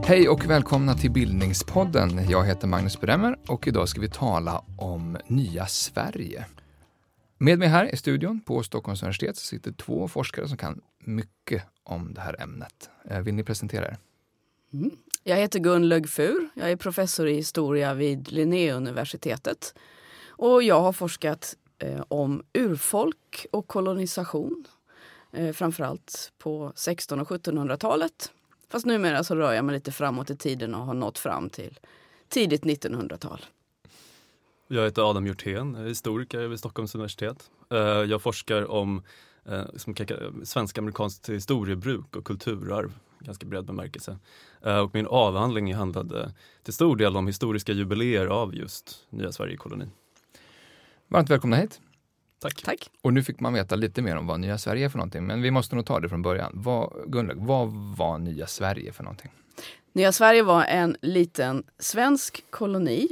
Hej och välkomna till Bildningspodden. Jag heter Magnus Bremmer och idag ska vi tala om nya Sverige. Med mig här i studion på Stockholms universitet så sitter två forskare som kan mycket om det här ämnet. Vill ni presentera er? Jag heter Gun Lögfur. Jag är professor i historia vid Linnéuniversitetet. Och jag har forskat om urfolk och kolonisation. Framförallt på 1600- och 1700-talet. Fast numera så rör jag mig lite framåt i tiden och har nått fram till tidigt 1900-tal. Jag heter Adam Hjortén, historiker vid Stockholms universitet. Jag forskar om svensk-amerikanskt historiebruk och kulturarv, ganska bred bemärkelse. Och min avhandling handlade till stor del om historiska jubileer av just Nya Sverige-kolonin. Varmt välkomna hit. Tack. Och nu fick man veta lite mer om vad Nya Sverige är för någonting, men vi måste nog ta det från början. Vad var Nya Sverige för någonting? Nya Sverige var en liten svensk koloni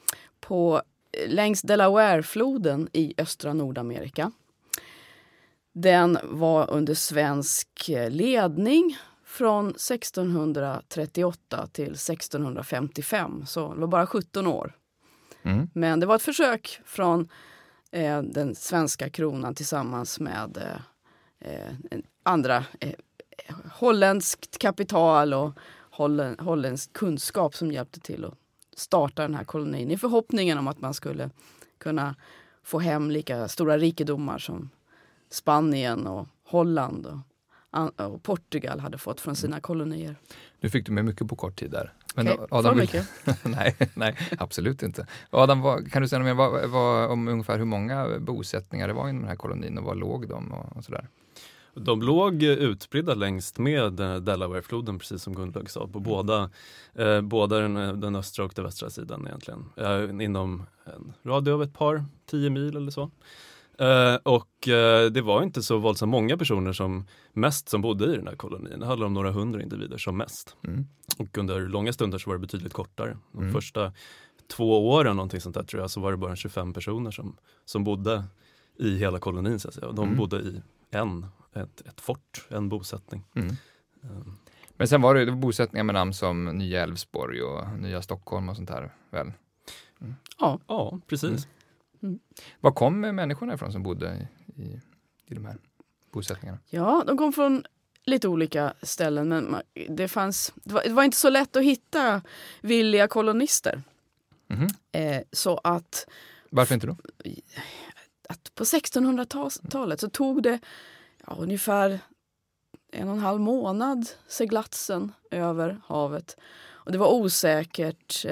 längs Delaware-floden i östra Nordamerika. Den var under svensk ledning från 1638 till 1655, så det var bara 17 år. Men det var ett försök från den svenska kronan tillsammans med andra holländskt kapital och holländsk kunskap som hjälpte till att starta den här kolonin i förhoppningen om att man skulle kunna få hem lika stora rikedomar som Spanien och Holland och Portugal hade fått från sina kolonier. Nu fick du med mycket på kort tid där. Men Okay, Adam, mycket? nej, absolut inte. Adam, kan du säga mer om ungefär hur många bosättningar det var i den här kolonin och var låg de och sådär? De låg utspridda längst med Delaware-floden, precis som Gunlög sa, på båda den östra och den västra sidan egentligen. Inom en radie av 10 mil eller så. Och det var inte så våldsamt många personer som bodde i den här kolonin. Det handlade om några 100 individer som mest. Och under långa stunder så var det betydligt kortare. De första 2 åren, någonting sånt där tror jag, så var det bara 25 personer som bodde i hela kolonin så att säga. Och de bodde i ett fort, en bosättning. Men sen var det bosättningar med namn som Nya Älvsborg och Nya Stockholm och sånt här väl? Ja, precis. Var kom människorna ifrån som bodde i de här bosättningarna? Ja, de kom från lite olika ställen, men det var inte så lätt att hitta villiga kolonister. Så att... Varför inte då? Att på 1600-talet så tog det ungefär 1,5 månad seglatsen över havet. Och det var osäkert.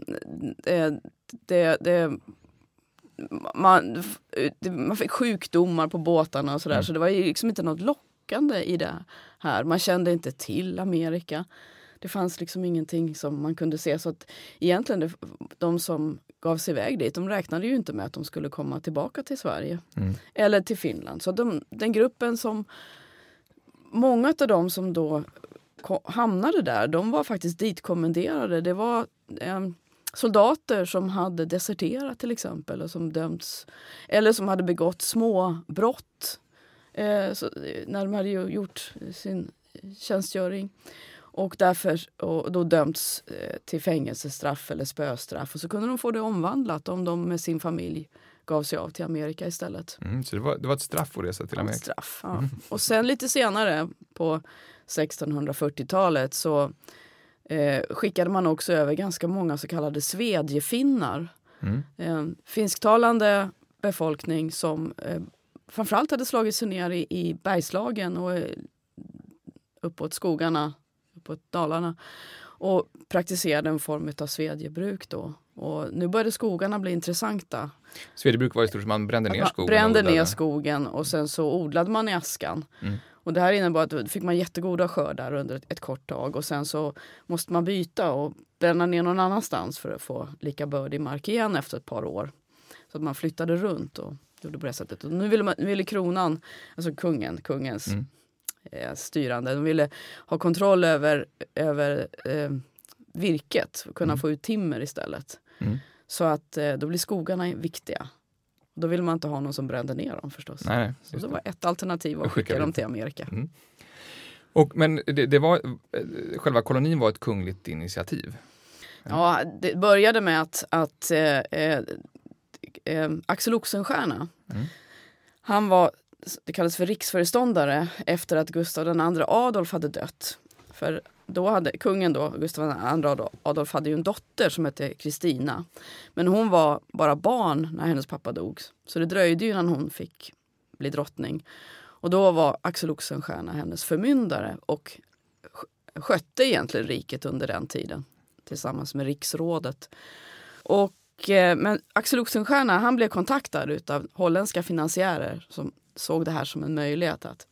Man fick sjukdomar på båtarna och sådär. Så det var ju liksom inte något lockande i det här. Man kände inte till Amerika. Det fanns liksom ingenting som man kunde se. Så att egentligen de som gav sig iväg dit, de räknade ju inte med att de skulle komma tillbaka till Sverige. Eller till Finland. Så den gruppen många av dem som då hamnade där, de var faktiskt ditkommenderade. Det var soldater som hade deserterat till exempel och som dömts, eller som hade begått små brott när de hade gjort sin tjänstgöring och då dömts till fängelsestraff eller spöstraff, och så kunde de få det omvandlat om de med sin familj gav sig av till Amerika istället. Så det var ett straff att resa till Amerika? Straff, ja. Och sen lite senare på 1640-talet så skickade man också över ganska många så kallade svedjefinnar. Finsktalande befolkning som framförallt hade slagit sig ner i Bergslagen och uppåt skogarna, uppåt Dalarna, och praktiserade en form av svedjebruk då. Och nu började skogarna bli intressanta. Svedjebruk var i stort sett man brände ner skogen. Brände ner skogen och sen så odlade man i askan. Och det här innebar att då fick man jättegoda skördar under ett kort tag. Och sen så måste man byta och bränna ner någon annanstans för att få lika bördig mark igen efter ett par år. Så att man flyttade runt och gjorde på det sättet. Och nu ville kronan, alltså kungens styrande, de ville ha kontroll över virket och kunna få ut timmer istället. Så att då blir skogarna viktiga. Då vill man inte ha någon som brände ner dem förstås. Nej, så det var ett alternativ att skicka dem till Amerika. Men det var, själva kolonin var ett kungligt initiativ. Ja, det började med att Axel Oxenstierna, han var, det kallas för riksföreståndare efter att Gustav II Adolf hade dött. För då hade kungen Gustav II Adolf hade ju en dotter som hette Kristina. Men hon var bara barn när hennes pappa dog. Så det dröjde ju innan hon fick bli drottning. Och då var Axel Oxenstierna hennes förmyndare och skötte egentligen riket under den tiden tillsammans med riksrådet. Men Axel Oxenstierna, han blev kontaktad av holländska finansiärer som såg det här som en möjlighet att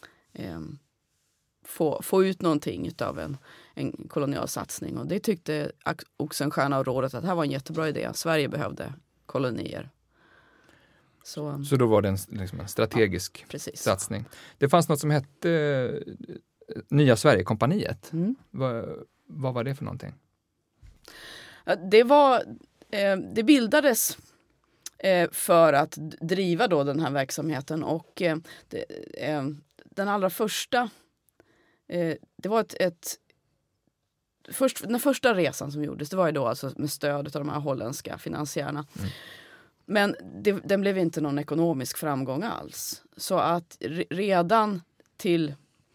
få ut någonting av en kolonial satsning. Och det tyckte Oxenstierna och rådet att det här var en jättebra idé. Sverige behövde kolonier. Så då var det en strategisk satsning. Det fanns något som hette Nya Sverigekompaniet. Vad var det för någonting? Det bildades för att driva då den här verksamheten och den allra första det var den första resan som gjordes, det var ju då alltså med stöd av de här holländska finansiärerna. Men den blev inte någon ekonomisk framgång alls. Så att redan till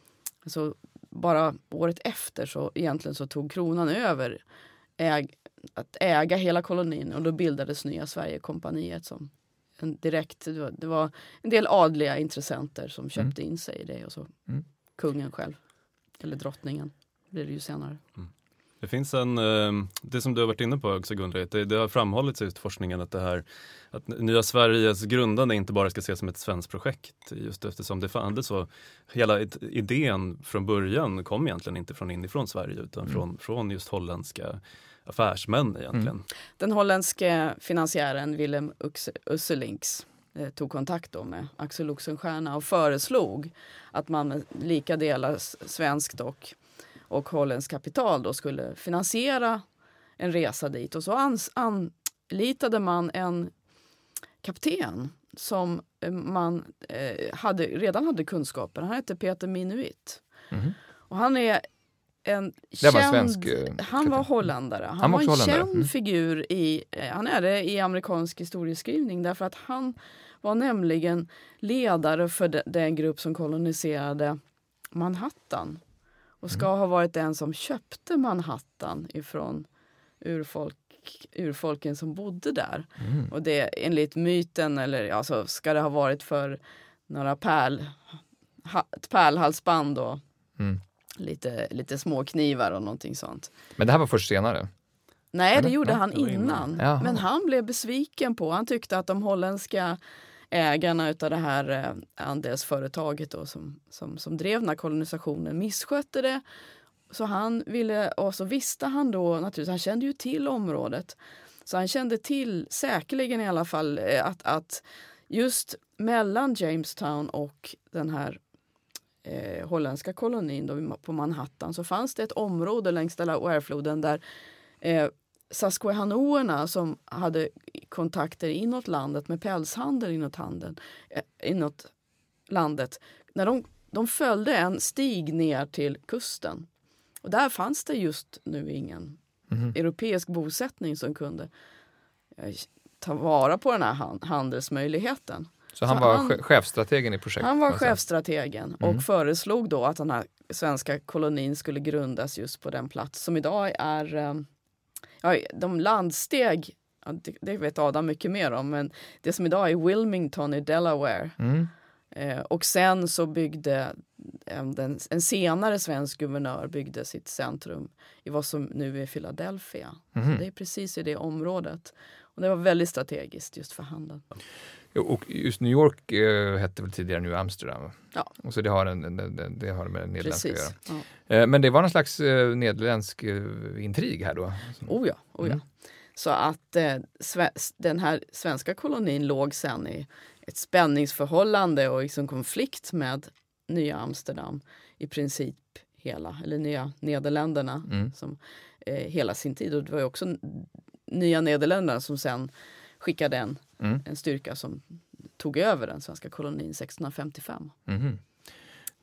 bara året efter så egentligen så tog kronan över att äga hela kolonin och då bildades Nya Sverigekompaniet som det var en del adliga intressenter som köpte in sig i det och så kungen själv eller drottningen blir det ju senare. Det finns det som du har varit inne på också, Gunnar, det har framhållits i forskningen att Nya Sveriges grundande inte bara ska ses som ett svenskt projekt, just eftersom det fanns så hela idén från början kom egentligen inte från inifrån Sverige utan från just holländska affärsmän egentligen. Den holländske finansiären Willem Usselinx tog kontakt då med Axel Oxenstierna och föreslog att man med lika delar svenskt och holländskt kapital då skulle finansiera en resa dit. Och så anlitade man en kapten som man redan hade kunskaper. Han hette Peter Minuit. Och han är en han var holländare. Han var en känd figur han är det i amerikansk historieskrivning därför att han var nämligen ledare för den grupp som koloniserade Manhattan. Och ska ha varit den som köpte Manhattan ifrån urfolken som bodde där. Och det enligt myten eller ska det ha varit för några pärlhalsband och lite små knivar och någonting sånt. Men det här var först senare? Nej, det gjorde han innan. Men han blev besviken han tyckte att de holländska ägarna utav det här andelsföretaget då, som drev den här kolonisationen misskötte det. Så han ville, och så visste han då naturligtvis, han kände ju till området. Så han kände till, säkerligen i alla fall, att just mellan Jamestown och den här holländska kolonin då, på Manhattan så fanns det ett område längs Delawarefloden där Susquehannoerna som hade kontakter inåt landet med pälshandel inåt landet. När de följde en stig ner till kusten. Och där fanns det just nu ingen europeisk bosättning som kunde ta vara på den här handelsmöjligheten. Så han var chefstrategen i projektet? Han var chefstrategen och föreslog då att den här svenska kolonin skulle grundas just på den plats som idag är de landsteg, det vet Adam mycket mer om, men det som idag är Wilmington i Delaware. Och sen så byggde en senare svensk guvernör byggde sitt centrum i vad som nu är Philadelphia. Så det är precis i det området. Och det var väldigt strategiskt just för handeln. Och just New York hette väl tidigare New Amsterdam. Ja. Och så det har med nederländska att göra. Ja. Men det var någon slags nederländsk intrig här då? Oh ja. Så att den här svenska kolonin låg sen i ett spänningsförhållande och liksom konflikt med Nya Amsterdam i princip Nya Nederländerna som hela sin tid. Och det var ju också Nya Nederländerna som sen skickade en styrka som tog över den svenska kolonin 1655.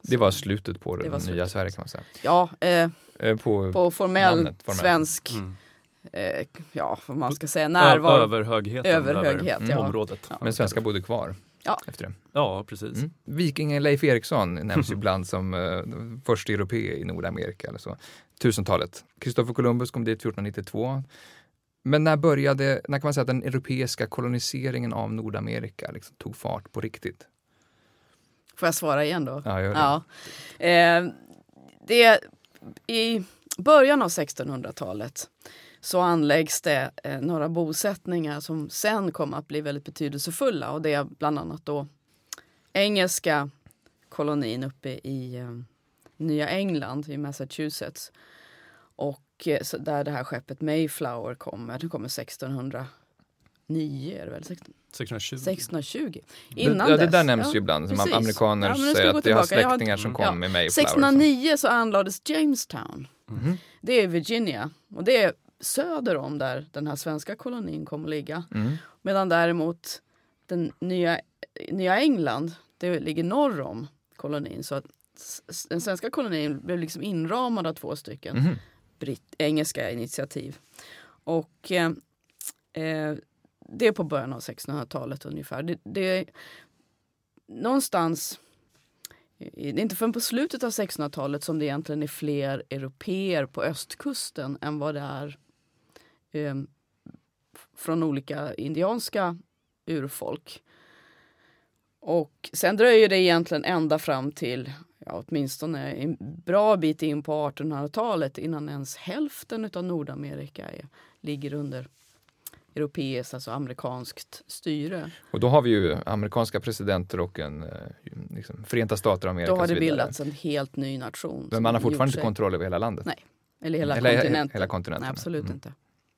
Det var slutet på det nya slutet. Sverige kan man säga. Ja, På formell namnet, svensk, vad man ska säga, närvaro. Överhöghet ja. området. Ja. Men svenska bodde kvar efter det. Ja, precis. Vikingen Leif Eriksson nämns ju ibland som första europé i Nordamerika eller så. 1000-talet. Kristoffer Columbus kom dit 1492. Men när kan man säga att den europeiska koloniseringen av Nordamerika liksom tog fart på riktigt? Får jag svara igen då? Ja, gör det. Det i början av 1600-talet så anläggs det några bosättningar som sen kommer att bli väldigt betydelsefulla. Och det är bland annat då engelska kolonin uppe i Nya England i Massachusetts. Och där det här skeppet Mayflower kommer. Det kommer 1609 är det väl? 1620. Innan det där nämns ju ibland. Som amerikaner säger att det har släktingar som kom med Mayflower. 1609 så anlades Jamestown. Mm-hmm. Det är Virginia. Och det är söder om där den här svenska kolonin kommer att ligga. Mm. Medan däremot den nya England, det ligger norr om kolonin. Så att den svenska kolonin blev liksom inramad av 2 stycken engelska initiativ. Och det är på början av 1600-talet ungefär. Det är någonstans, det är inte förrän på slutet av 1600-talet som det egentligen är fler europeer på östkusten än vad det är från olika indianska urfolk. Och sen dröjer det egentligen ända fram till åtminstone en bra bit in på 1800-talet innan ens hälften av Nordamerika ligger under europeiskt, alltså amerikanskt styre. Och då har vi ju amerikanska presidenter och en Förenta Stater av Amerika. Då har det bildats en helt ny nation. Men man har fortfarande inte kontroll över hela landet. Nej, eller hela kontinenten. Nej, absolut inte.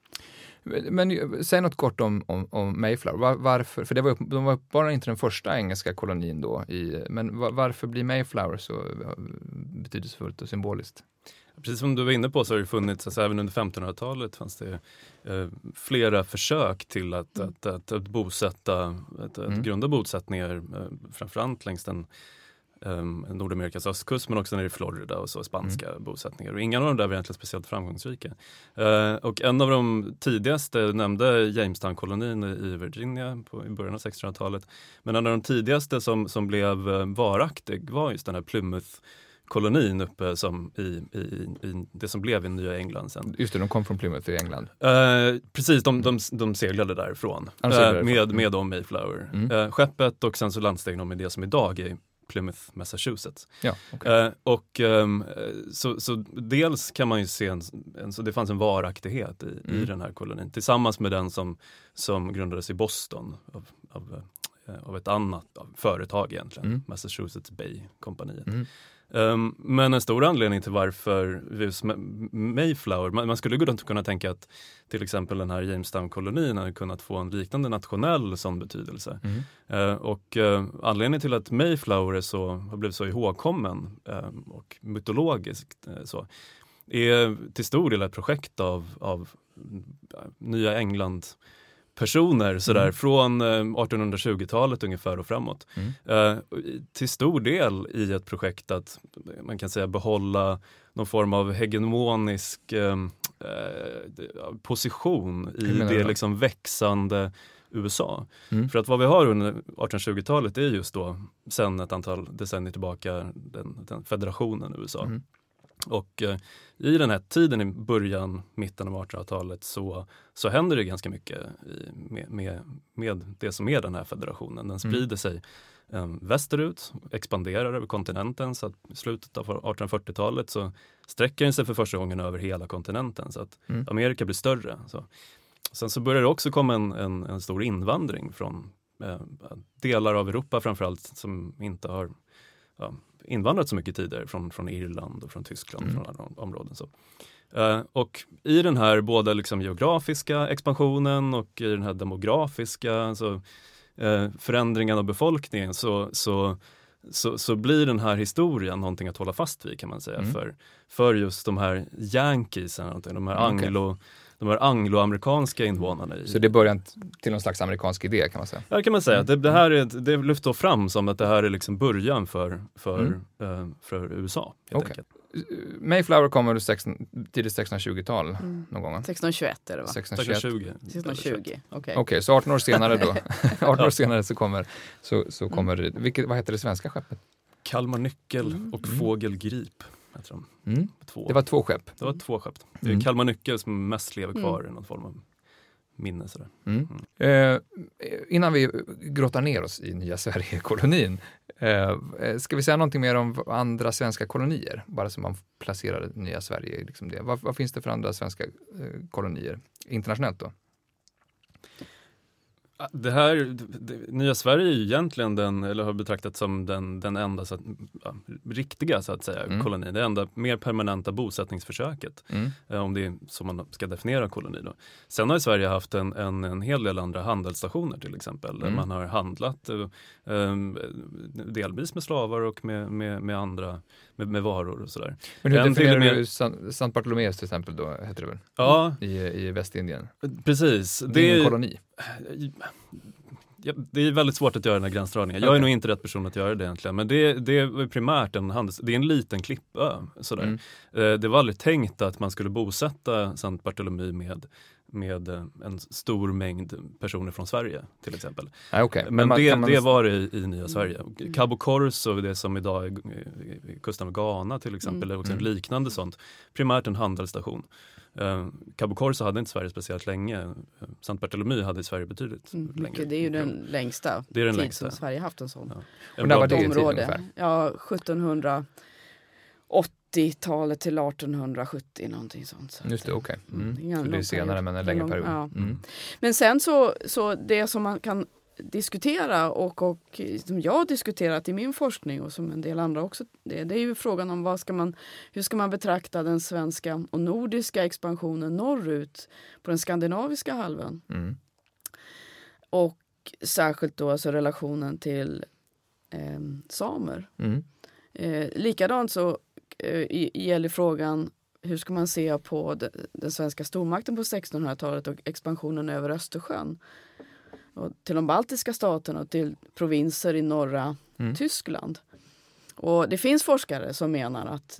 Men säg något kort om Mayflower. Varför? För de var bara inte den första engelska kolonin då. Men varför blir Mayflower så betydelsefullt och symboliskt? Precis som du var inne på så har det funnits, alltså även under 1500-talet fanns det flera försök till att bosätta, att grunda bosättningar framförallt längs den Nordamerikas östkust men också nere i Florida och så spanska bosättningar. Och inga av dem där var egentligen speciellt framgångsrika. Och en av de tidigaste nämnde Jamestown-kolonin i Virginia i början av 1600-talet. Men en av de tidigaste som blev varaktig var just den här Plymouth-kolonin uppe som i det som blev i Nya England sen. Just det, de kom från Plymouth i England. Precis, de seglade därifrån. Med dem Mayflower. Skeppet och sen så landsteg de i det som idag är Plymouth, Massachusetts. Ja, okay. Så dels kan man ju se så det fanns en varaktighet i den här kolonin tillsammans med den som grundades i Boston av ett annat företag egentligen, Massachusetts Bay-kompaniet. Men en stor anledning till varför Mayflower, man skulle kunna tänka att till exempel den här Jamestown-kolonin hade kunnat få en liknande nationell sån betydelse. Och anledningen till att Mayflower har blivit så ihågkommen och mytologiskt så är till stor del ett projekt av Nya England personer sådär från 1820-talet ungefär och framåt. Till stor del i ett projekt att man kan säga behålla någon form av hegemonisk position i det liksom växande USA. För att vad vi har under 1820-talet är just då sen ett antal decennier tillbaka den federationen USA. Och i den här tiden i mitten av 1800-talet så händer det ganska mycket med det som är den här federationen. Den sprider sig västerut, expanderar över kontinenten så att i slutet av 1840-talet så sträcker den sig för första gången över hela kontinenten så att Amerika blir större. Sen så börjar det också komma en stor invandring från delar av Europa framförallt som inte har invandrat så mycket tidigare från Irland och från Tyskland från alla områden. Så. Och i den här både liksom geografiska expansionen och i den här demografiska förändringen av befolkningen så blir den här historien någonting att hålla fast vid kan man säga för just de här Yankees, de här de här angloamerikanska invånarna. Så det är början till någon slags amerikansk idé kan man säga? Ja, kan man säga. Det här det lyfter fram som att det här är liksom början för USA. Helt enkelt. Mayflower kommer tidigt 1620-tal någon gång. 1621 är det va? 1620. Okej, så 18 år senare då. 18 år senare så kommer vad heter det svenska skeppet? Kalmar Nyckel och Fågelgrip. Det var 2 skepp. Det var 2 skepp. Det är Kalmar Nyckel som mest lever kvar i någon form av minne. Sådär. Innan vi grottar ner oss i nya Sverige-kolonin, ska vi säga någonting mer om andra svenska kolonier? Bara så man placerar nya Sverige. Liksom det. Vad finns det för andra svenska kolonier? Internationellt då? Nya Sverige är ju egentligen har betraktats som den enda riktiga så att säga kolonin, det enda mer permanenta bosättningsförsöket, om det är så man ska definiera koloni då. Sen har Sverige haft en hel del andra handelsstationer till exempel, där man har handlat delvis med slavar och med andra med varor och sådär. Men hur definierar du Sant Bartolomeus till exempel då, heter det väl? Ja. I Västindien. Precis. Det är en koloni. Ja, det är väldigt svårt att göra den här gränsdragningen. Jag är nog inte rätt person att göra det egentligen. Men det är primärt det är en liten klippö. Sådär. Det var aldrig tänkt att man skulle bosätta Sant Bartolomé med en stor mängd personer från Sverige till exempel. Okay. Men det var det i nya Sverige. Cabo Corso, det som idag är kusten av Ghana till exempel, är också en liknande sånt. Primärt en handelsstation. Cabo Corso hade inte Sverige speciellt länge. Sant Bartolomé hade i Sverige betydligt längre. Det är ju den längsta tid som Sverige haft en sån. Och när var det område? Ja, 1780-talet till 1870 någonting sånt. Just det, okej. Så det är senare men en längre period. Ja. Men sen så det som man kan diskutera och som jag har diskuterat i min forskning och som en del andra också, det är ju frågan om hur ska man betrakta den svenska och nordiska expansionen norrut på den skandinaviska halvön. Och särskilt då alltså relationen till samer. Likadant så gäller frågan hur ska man se på den svenska stormakten på 1600-talet och expansionen över Östersjön. Och till de baltiska staterna och till provinser i norra Tyskland. Och det finns forskare som menar att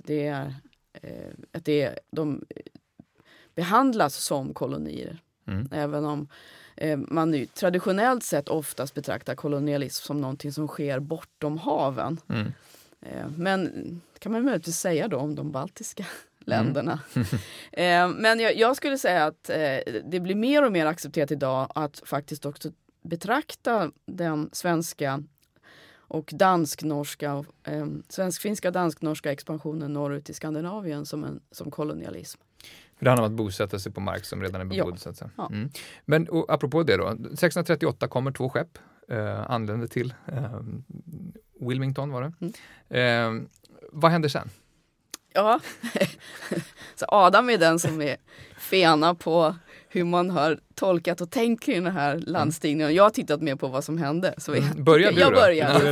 de behandlas som kolonier. Även om man nu traditionellt sett oftast betraktar kolonialism som någonting som sker bortom haven. Men kan man möjligtvis säga då om de baltiska länderna. Men jag skulle säga att det blir mer och mer accepterat idag att faktiskt också betrakta den svenska och dansk-norska, svensk-finska dansk-norska expansionen norrut i Skandinavien som kolonialism. Det handlar om att bosätta sig på mark som redan är bebodd. Så att säga. Ja. Men apropå det då, 1638 kommer 2 skepp, anlände till Wilmington var det. Vad händer sen? Ja, så Adam är den som är fena på hur man har tolkat och tänkt kring den här landstigningen. Jag har tittat mer på vad som hände. Så jag börjar.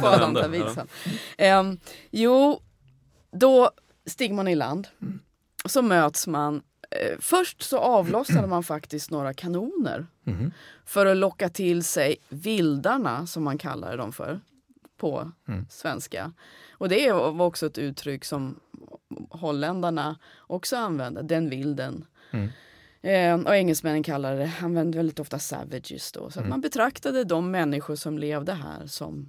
Då stiger man i land. Så möts man. Först så avlossade man faktiskt några kanoner för att locka till sig vildarna, som man kallar dem för på svenska. Och det var också ett uttryck som holländarna också använde, den vilden. Och engelsmännen använde väldigt ofta savages då. Så att man betraktade de människor som levde här som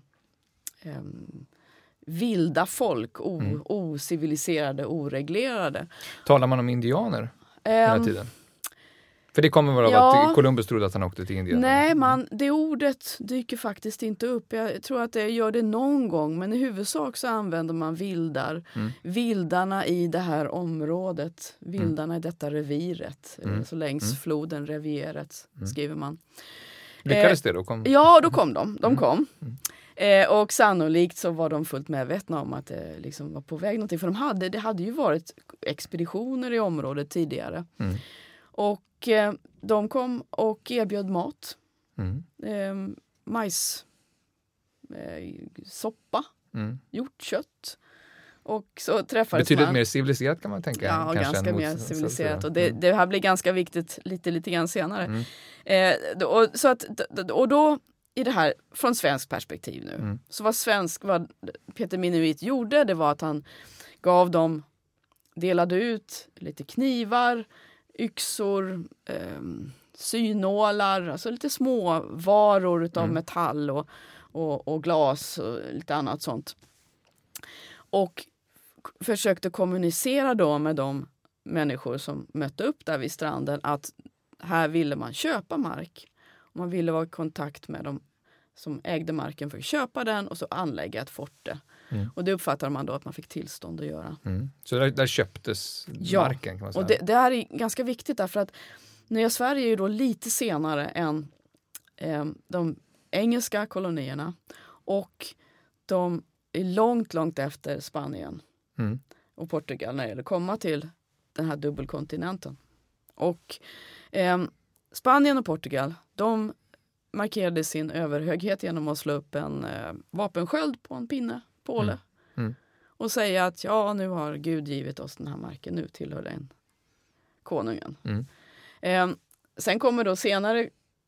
vilda folk, ociviliserade, oreglerade. Talar man om indianer hela tiden? För det kommer väl av att Columbus trodde att han åkte till Indien? Nej, det ordet dyker faktiskt inte upp. Jag tror att det gör det någon gång, men i huvudsak så använder man vildar. Vildarna i det här området, vildarna i detta reviret, så längs floden, revieret, skriver man. Lyckades det då? Ja, då kom de. De kom. Och sannolikt så var de fullt medvetna om att det liksom var på väg någonting. För det hade ju varit expeditioner i området tidigare. Och de kom och erbjöd mat. Majs, soppa, hjortkött. Och så träffades betydligt man. mer civiliserat kan man tänka. Ja, ganska mer civiliserat. Och det här blir ganska viktigt lite grann senare. Och då i det här, från svensk perspektiv nu, så vad Peter Minuit gjorde, det var att han delade ut lite knivar, yxor, synålar, alltså lite små varor utav metall och glas och lite annat sånt. Och försökte kommunicera då med de människor som mötte upp där vid stranden att här ville man köpa mark. Man ville vara i kontakt med dem som ägde marken för att köpa den och så anlägga ett forte. Och det uppfattar man då att man fick tillstånd att göra. Så där köptes marken kan man säga. Och det här är ganska viktigt därför att Nya Sverige är ju då lite senare än de engelska kolonierna och de är långt efter Spanien och Portugal när det gäller att komma till den här dubbelkontinenten. Och Spanien och Portugal, de markerade sin överhöghet genom att slå upp en vapensköld på en påle och säga att nu har Gud givit oss den här marken, nu tillhör den konungen. Sen kommer då senare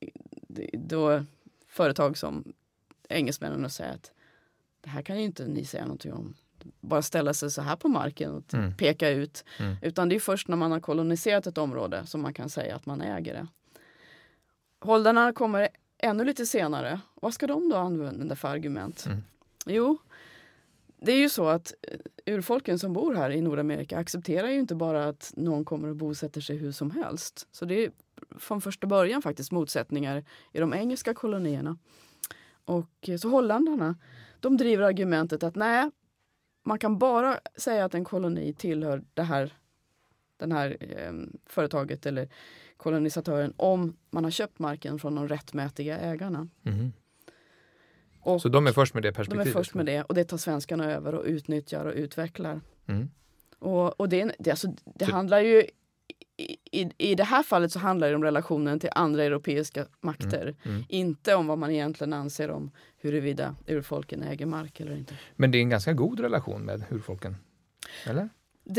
då företag som engelsmännen och säger att det här kan ju inte ni säga någonting om. Bara ställa sig så här på marken och peka ut. Utan det är först när man har koloniserat ett område som man kan säga att man äger det. Holdarna kommer ännu lite senare. Vad ska de då använda för argument? Jo, det är ju så att urfolken som bor här i Nordamerika accepterar ju inte bara att någon kommer och bosätter sig hur som helst. Så det är från första början faktiskt motsättningar i de engelska kolonierna. Och så holländarna, de driver argumentet att nej, man kan bara säga att en koloni tillhör den här företaget eller kolonisatören om man har köpt marken från de rättmätiga ägarna. Och så de är först med det perspektivet? De är först med det och det tar svenskarna över och utnyttjar och utvecklar. Och det handlar ju i det här fallet så handlar det om relationen till andra europeiska makter. Inte om vad man egentligen anser om huruvida urfolken äger mark eller inte. Men det är en ganska god relation med urfolken, eller?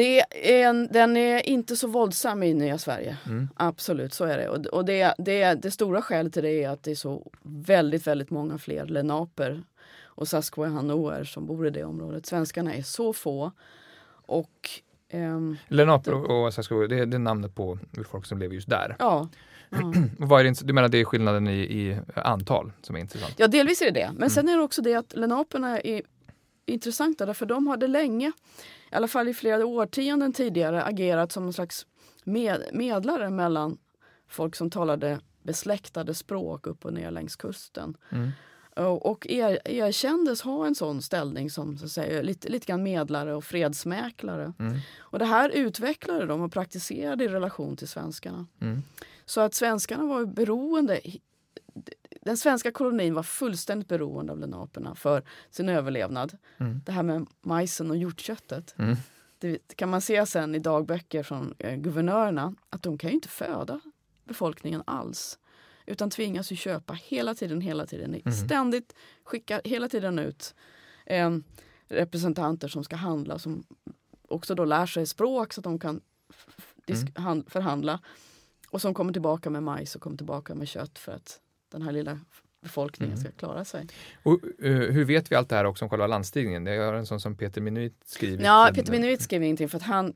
Den är inte så våldsam i Nya Sverige. Absolut, så är det. Och det stora skälet till det är att det är så väldigt, väldigt många fler lenaper och Saskatchewan som bor i det området. Svenskarna är så få och lenaper och Saskatchewan, det är namnet på urfolk som lever just där. Ja. Vad är det, du menar det är skillnaden i antal som är intressant? Ja, delvis är det. Men sen är det också det att lenaperna är intressanta därför de hade länge, i alla fall i flera årtionden tidigare, agerat som en slags medlare mellan folk som talade besläktade språk upp och ner längs kusten. Och erkändes ha en sån ställning som så att säga, lite grann medlare och fredsmäklare. Och det här utvecklade de och praktiserade i relation till svenskarna. Så att svenskarna var beroende, den svenska kolonin var fullständigt beroende av lenaperna för sin överlevnad. Det här med majsen och hjortköttet. Det kan man se sen i dagböcker från guvernörerna att de kan ju inte föda befolkningen alls. Utan tvingas ju köpa hela tiden. Ständigt skickar hela tiden ut representanter som ska handla. Som också då lär sig språk så att de kan förhandla. Och som kommer tillbaka med majs och kommer tillbaka med kött för att den här lilla befolkningen ska klara sig. Och hur vet vi allt det här också om själva landstigningen? Det är en sån som Peter Minuit skrivit. Ja, Peter Minuit skrev ingenting för att han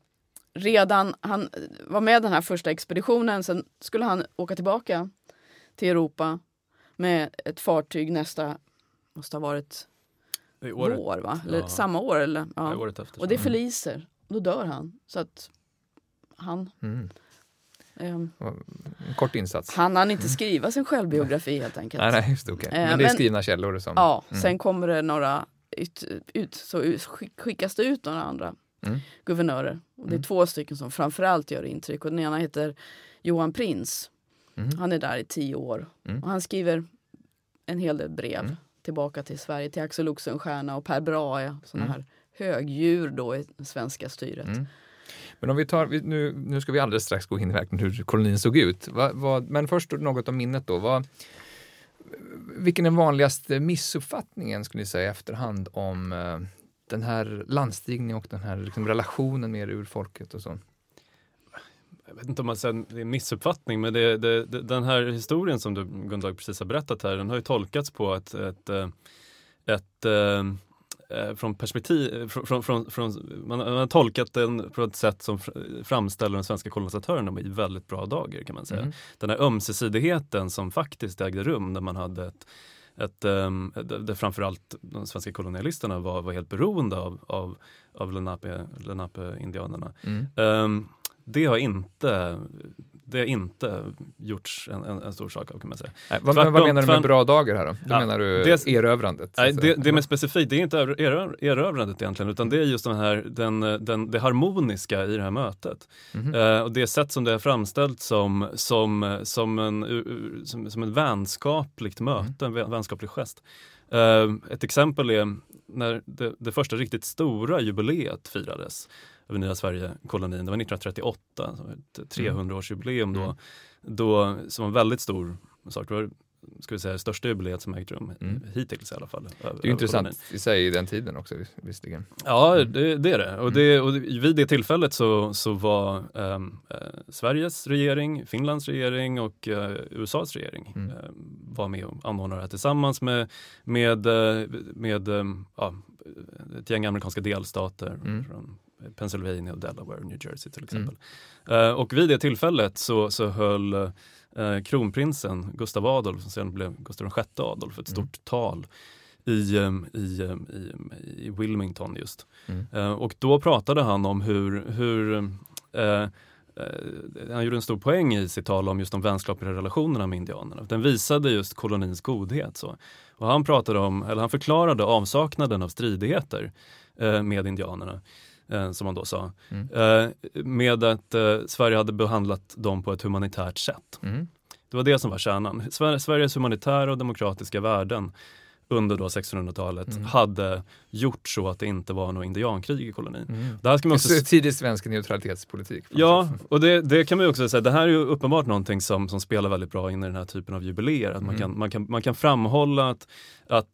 var med den här första expeditionen. Sen skulle han åka tillbaka till Europa med ett fartyg måste ha varit vår, va? Eller samma år eller året efter. Och det förliser. Då dör han. Så att han en kort insats. Han hann inte skriva sin självbiografi helt enkelt. Nej, just det, okay. Men det är skrivna källor som. Ja, sen kommer det några så skickas det ut några andra guvernörer. Och det är 2 stycken som framförallt gör intryck och den ena heter Johan Prins. Han är där i 10 år. Och han skriver en hel del brev tillbaka till Sverige, till Axel Oxenstierna och Per Brahe, sådana här högdjur då i det svenska styret. Men om vi tar, nu ska vi alldeles strax gå in i verkligen hur kolonin såg ut. Men först något om minnet då. Vilken är den vanligaste missuppfattningen skulle ni säga efterhand om den här landstigningen och den här liksom relationen med urfolket och så? Jag vet inte om man säger det är en missuppfattning, men den här historien som du, Gundag, precis har berättat här, den har ju tolkats på ett från perspektiv, man har tolkat den på ett sätt som framställer de svenska kolonisatörerna i väldigt bra dagar, kan man säga. Den här ömsesidigheten som faktiskt ägde rum när man hade där framförallt de svenska kolonialisterna var helt beroende av Lenape-indianerna. Det har inte gjorts en stor sak av, kan man säga. Nej, vad menar du med bra dagar här då? Då menar du erövrandet? Nej, det är mer specifikt. Det är inte erövrandet egentligen, utan det är just det harmoniska i det här mötet. Och det sätt som det är framställt som en vänskapligt möte, en vänskaplig gest. Ett exempel är när det första riktigt stora jubileet firades över Nya Sverige-kolonin. Det var 1938, ett 300-årsjubileum då som var väldigt stor sak. Det var, ska vi säga, största jubileet som ägt rum hittills i alla fall. Det är ju intressant i sig i den tiden också, visserligen. Ja, det är det. Och vid det tillfället så var Sveriges regering, Finlands regering och USAs regering var med och anordnade det här tillsammans med ett gäng amerikanska delstater från Pennsylvania, Delaware, New Jersey till exempel. Och vid det tillfället så höll kronprinsen Gustav Adolf, som sedan blev Gustav VI Adolf, ett stort tal i Wilmington just. Och då pratade han om hur han gjorde en stor poäng i sitt tal om just de vänskapliga relationerna med indianerna. Den visade just kolonins godhet. Så. Och han förklarade avsaknaden av stridigheter med indianerna, som han då sa, med att Sverige hade behandlat dem på ett humanitärt sätt. Det var det som var kärnan. Sveriges humanitära och demokratiska värden under då 1600-talet hade gjort så att det inte var något indiankrig i kolonin. Det här ska man också... tidig svensk neutralitetspolitik. Ja, och det kan man ju också säga. Det här är ju uppenbart någonting som spelar väldigt bra in i den här typen av jubileer. Att man kan framhålla att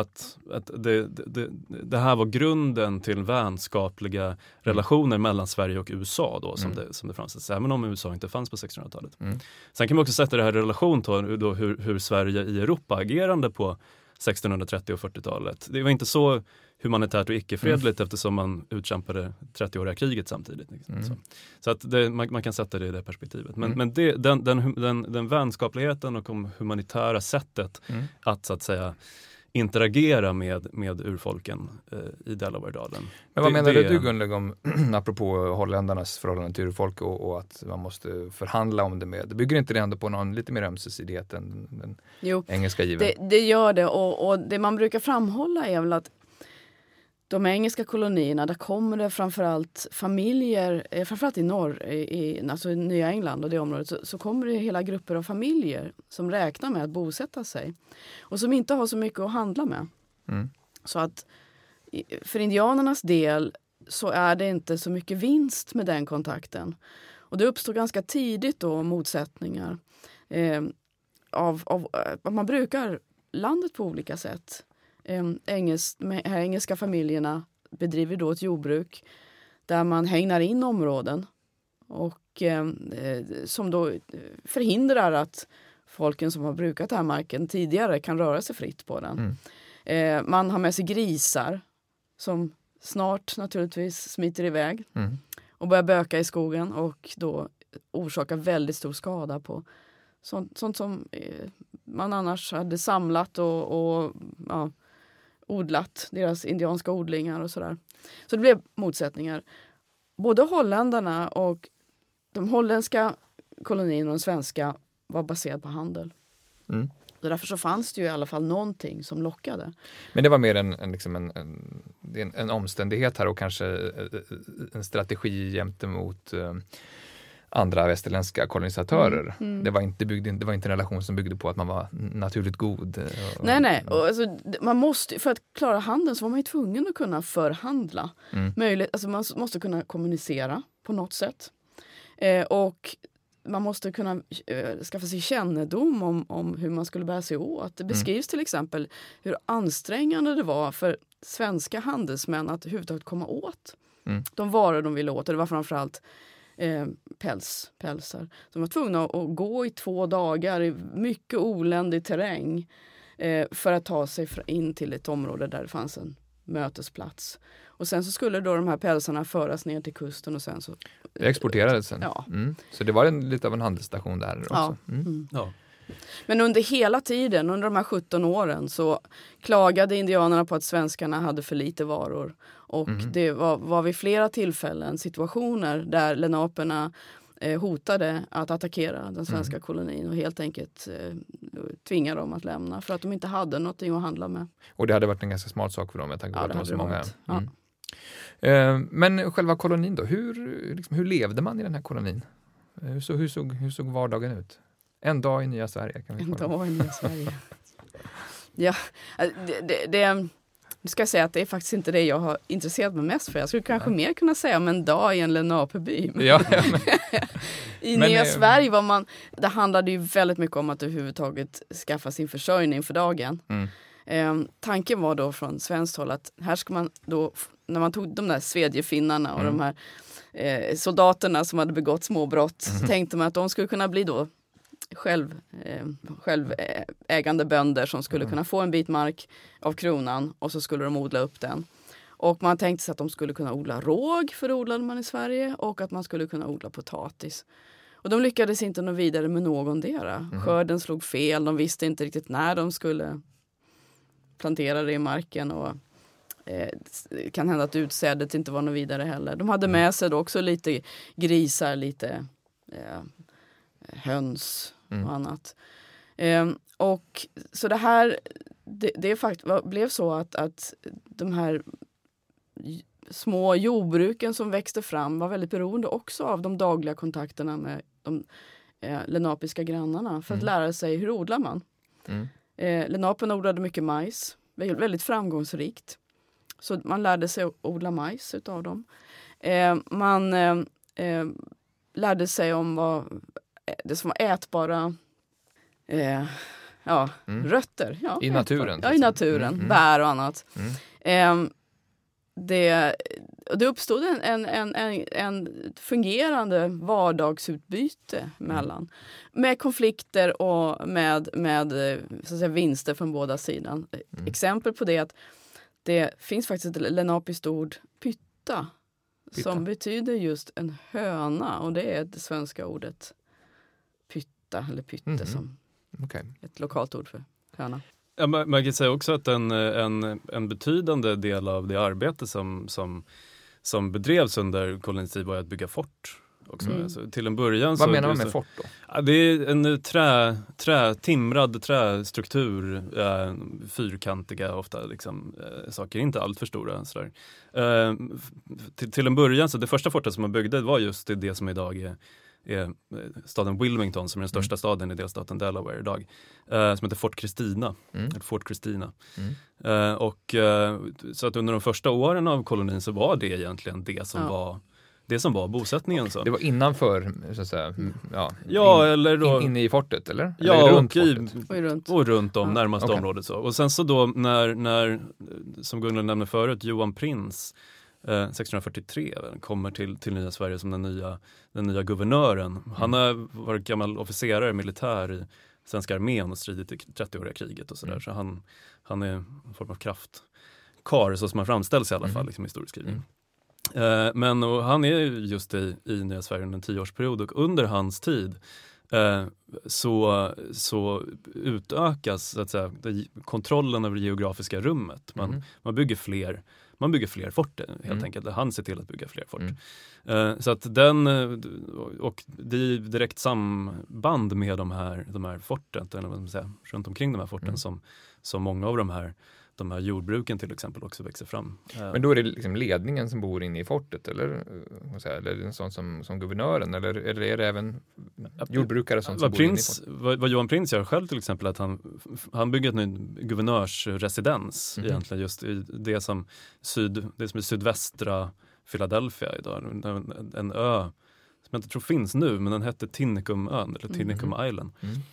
det här var grunden till vänskapliga relationer mellan Sverige och USA då, som det framställs, även om USA inte fanns på 1600-talet. Sen kan man också sätta det här i relation till då hur Sverige i Europa agerande på 1630- och 40-talet. Det var inte så humanitärt och icke-fredligt eftersom man utkämpade 30-åriga kriget samtidigt. Så att man kan sätta det i det perspektivet. Men den vänskapligheten och det humanitära sättet att så att säga interagera med urfolken i Delaware-dalen. Men vad menar du, Gunleg, om apropå holländarnas förhållande till urfolk och att man måste förhandla om det med? Det bygger inte det ändå på någon lite mer ömsesidighet än den engelska given? Det gör det, och det man brukar framhålla är väl att de engelska kolonierna, där kommer det framförallt familjer, framförallt i norr, alltså i Nya England och det området, så kommer det hela grupper av familjer som räknar med att bosätta sig och som inte har så mycket att handla med. Så att för indianernas del så är det inte så mycket vinst med den kontakten. Och det uppstår ganska tidigt då motsättningar av man brukar landet på olika sätt. Engelska familjerna bedriver då ett jordbruk där man hägnar in områden och som då förhindrar att folken som har brukat den här marken tidigare kan röra sig fritt på den. Man har med sig grisar som snart naturligtvis smiter iväg och börjar böka i skogen och då orsakar väldigt stor skada på sånt som man annars hade samlat och odlat, deras indianska odlingar och sådär. Så det blev motsättningar. Både holländarna och de holländska kolonierna och de svenska var baserade på handel. Så därför så fanns det ju i alla fall någonting som lockade. Men det var mer en omständighet här och kanske en strategi gentemot andra västerländska kolonisatörer. Det var inte en relation som byggde på att man var naturligt god. Nej. Och alltså, man måste, för att klara handeln så var man ju tvungen att kunna förhandla. Alltså man måste kunna kommunicera på något sätt. Och man måste kunna skaffa sig kännedom om hur man skulle bära sig åt. Det beskrivs till exempel hur ansträngande det var för svenska handelsmän att överhuvudtaget komma åt de varor de ville åt. Det var framförallt pälsar. De var tvungna att gå i 2 dagar i mycket oländig terräng för att ta sig in till ett område där det fanns en mötesplats. Och sen så skulle då de här pälsarna föras ner till kusten och sen så... Det exporterades sen. Ja. Så det var lite av en handelsstation där också. Ja. Ja. Men under hela tiden, under de här 17 åren, så klagade indianerna på att svenskarna hade för lite varor. Och det var vid flera tillfällen situationer där lenaperna hotade att attackera den svenska kolonin och helt enkelt tvinga dem att lämna för att de inte hade någonting att handla med. Och det hade varit en ganska smart sak för dem, jag tänker på att de var så många. Ja. Men själva kolonin då, hur levde man i den här kolonin? Hur såg vardagen ut? En dag i nya Sverige kan vi En kolla. dag i nya Sverige. Ja, nu ska jag säga att det är faktiskt inte det jag har intresserat mig mest för. Jag skulle kanske mer kunna säga om en dag i en Lenapeby. Ja, I nya Sverige det handlade ju väldigt mycket om att överhuvudtaget skaffa sin försörjning för dagen. Tanken var då från svenskt håll att här ska man då, när man tog de där svedjefinnarna och de här soldaterna som hade begått småbrott, så tänkte man att de skulle kunna bli då självägande bönder som skulle kunna få en bit mark av kronan och så skulle de odla upp den. Och man tänkte sig att de skulle kunna odla råg, för det odlade man i Sverige, och att man skulle kunna odla potatis. Och de lyckades inte nå vidare med någondera. Skörden slog fel, de visste inte riktigt när de skulle plantera det i marken och det kan hända att utsädet inte var något vidare heller. De hade med sig då också lite grisar, lite höns och annat. Och så det här blev så att de här små jordbruken som växte fram var väldigt beroende också av de dagliga kontakterna med de lenapiska grannarna för att lära sig hur odlar man. Lenaperna odlade mycket majs, väldigt framgångsrikt. Så man lärde sig att odla majs utav dem. Man lärde sig om det som var ätbara rötter. Ja, i naturen. Ja, i naturen. Bär och annat. Det uppstod en fungerande vardagsutbyte med konflikter och med så att säga, vinster från båda sidan. Exempel på det är att det finns faktiskt ett lenapiskt ord pytta som betyder just en höna, och det är det svenska ordet pytta eller pytte som ett lokalt ord för höna. Ja, man kan säga också att en betydande del av det arbete som bedrevs under kolonitid var att bygga fort. Också. Alltså, till en början Vad menar man med fort då? Ja, det är en timrad trästruktur, fyrkantiga ofta liksom, saker, inte allt för stora. Sådär. Till en början, så det första fortet som man byggde var just det som idag är staden Wilmington, som är den största staden i delstaten Delaware idag, som heter Fort Christina. Fort Christina. Så att under de första åren av kolonin så var det egentligen det som var bosättningen. Så. Det var innanför, så att säga, eller då, inne i fortet, eller? Ja, eller runt och runt om närmaste området. Så. Och sen så då när som Gunnar nämnde förut, Johan Prins 1643 kommer till nya Sverige som den nya guvernören. Han har varit gammal officerare, militär i svenska armén och stridit i 30-åriga kriget och sådär. Så han är en form av kraftkar, så som han framställs i alla fall, liksom historieskrivning. Men och han är just i nya Sverige under en 10-årsperiod, och under hans tid så utökas, så att säga, kontrollen över det geografiska rummet. Man bygger fler fort helt enkelt. Han ser till att bygga fler fort. Så att och det är direkt samband med de här forten, eller vad man säger, runt omkring de här forten som många av de här jordbruken till exempel också växer fram. Men då är det liksom ledningen som bor inne i fortet, eller är det en sån som guvernören, eller är det även jordbrukare som bor inne i fortet? Vad Johan Prins gör själv till exempel, att han bygger en guvernörsresidens egentligen just i det som är sydvästra Philadelphia idag, en ö jag inte tror finns nu, men den hette Tinnikumön eller Tinnicum Island.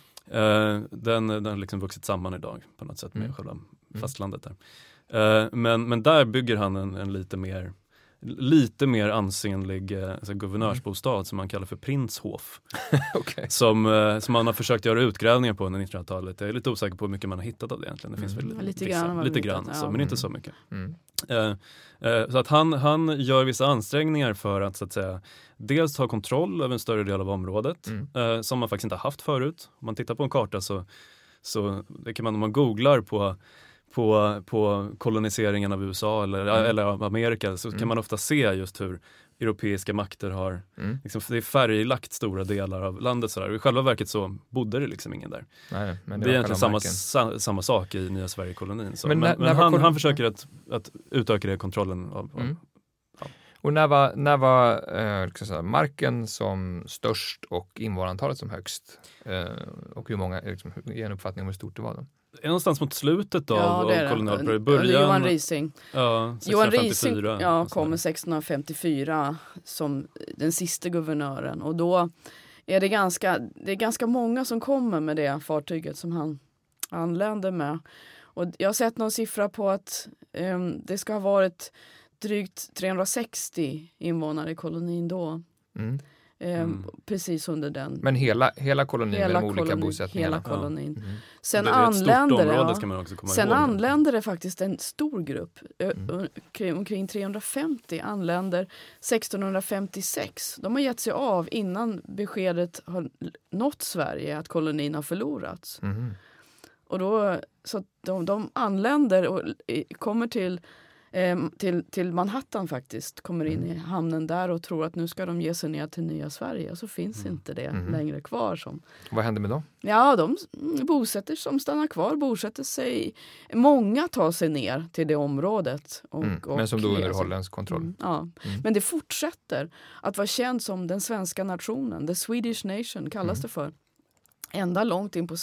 Den har liksom vuxit samman idag på något sätt med själva fastlandet där. Men där bygger han en lite mer ansenlig guvernörsbostad som man kallar för Prinshof. Okay. Som man har försökt göra utgrävningar på under 1900-talet. Jag är lite osäker på hur mycket man har hittat av det egentligen. Det finns väl lite grann men inte så mycket. Så att han gör vissa ansträngningar för att, så att säga, dels ta kontroll över en större del av området som man faktiskt inte har haft förut. Om man tittar på en karta så det kan man, om man googlar på koloniseringen av USA eller av Amerika, så kan man ofta se just hur europeiska makter har liksom, det är färglagt stora delar av landet sådär. I själva verket så bodde det liksom ingen där. Nej, men det är egentligen samma sak i Nya Sverige-kolonin. Men han försöker att utöka det kontrollen av Och när var marken som störst och invånarantalet som högst? Och hur många, liksom, ge en uppfattning om hur stort det var då? Någonstans mot slutet av kolonialperioden. Början, Johan Riising. Ja, Johan Riising kommer 1654 som den sista guvernören. Och då är det ganska många som kommer med det fartyget som han anlände med. Och jag har sett någon siffra på att det ska ha varit drygt 360 invånare i kolonin då. Precis under den. Men hela kolonin med de olika bosättningarna? Hela kolonin. Sen anländer det faktiskt en stor grupp. Omkring 350 anländer 1656. De har gett sig av innan beskedet har nått Sverige att kolonin har förlorats. Och då, så de anländer och kommer till Manhattan faktiskt, kommer in i hamnen där och tror att nu ska de ge sig ner till Nya Sverige, och så finns inte det längre kvar. Vad händer med dem? Ja, de stannar kvar, bosätter sig. Många tar sig ner till det området. Men som då under holländsk kontroll. Men det fortsätter att vara känd som den svenska nationen, the Swedish nation kallas det för. Ända långt in på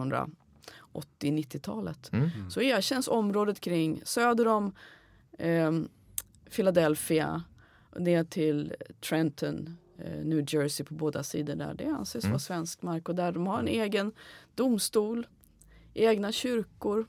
1680-90-talet. Så erkänns området kring söder om Philadelphia ner till Trenton, New Jersey på båda sidor där. Det anses vara svensk mark, och där de har en egen domstol, egna kyrkor.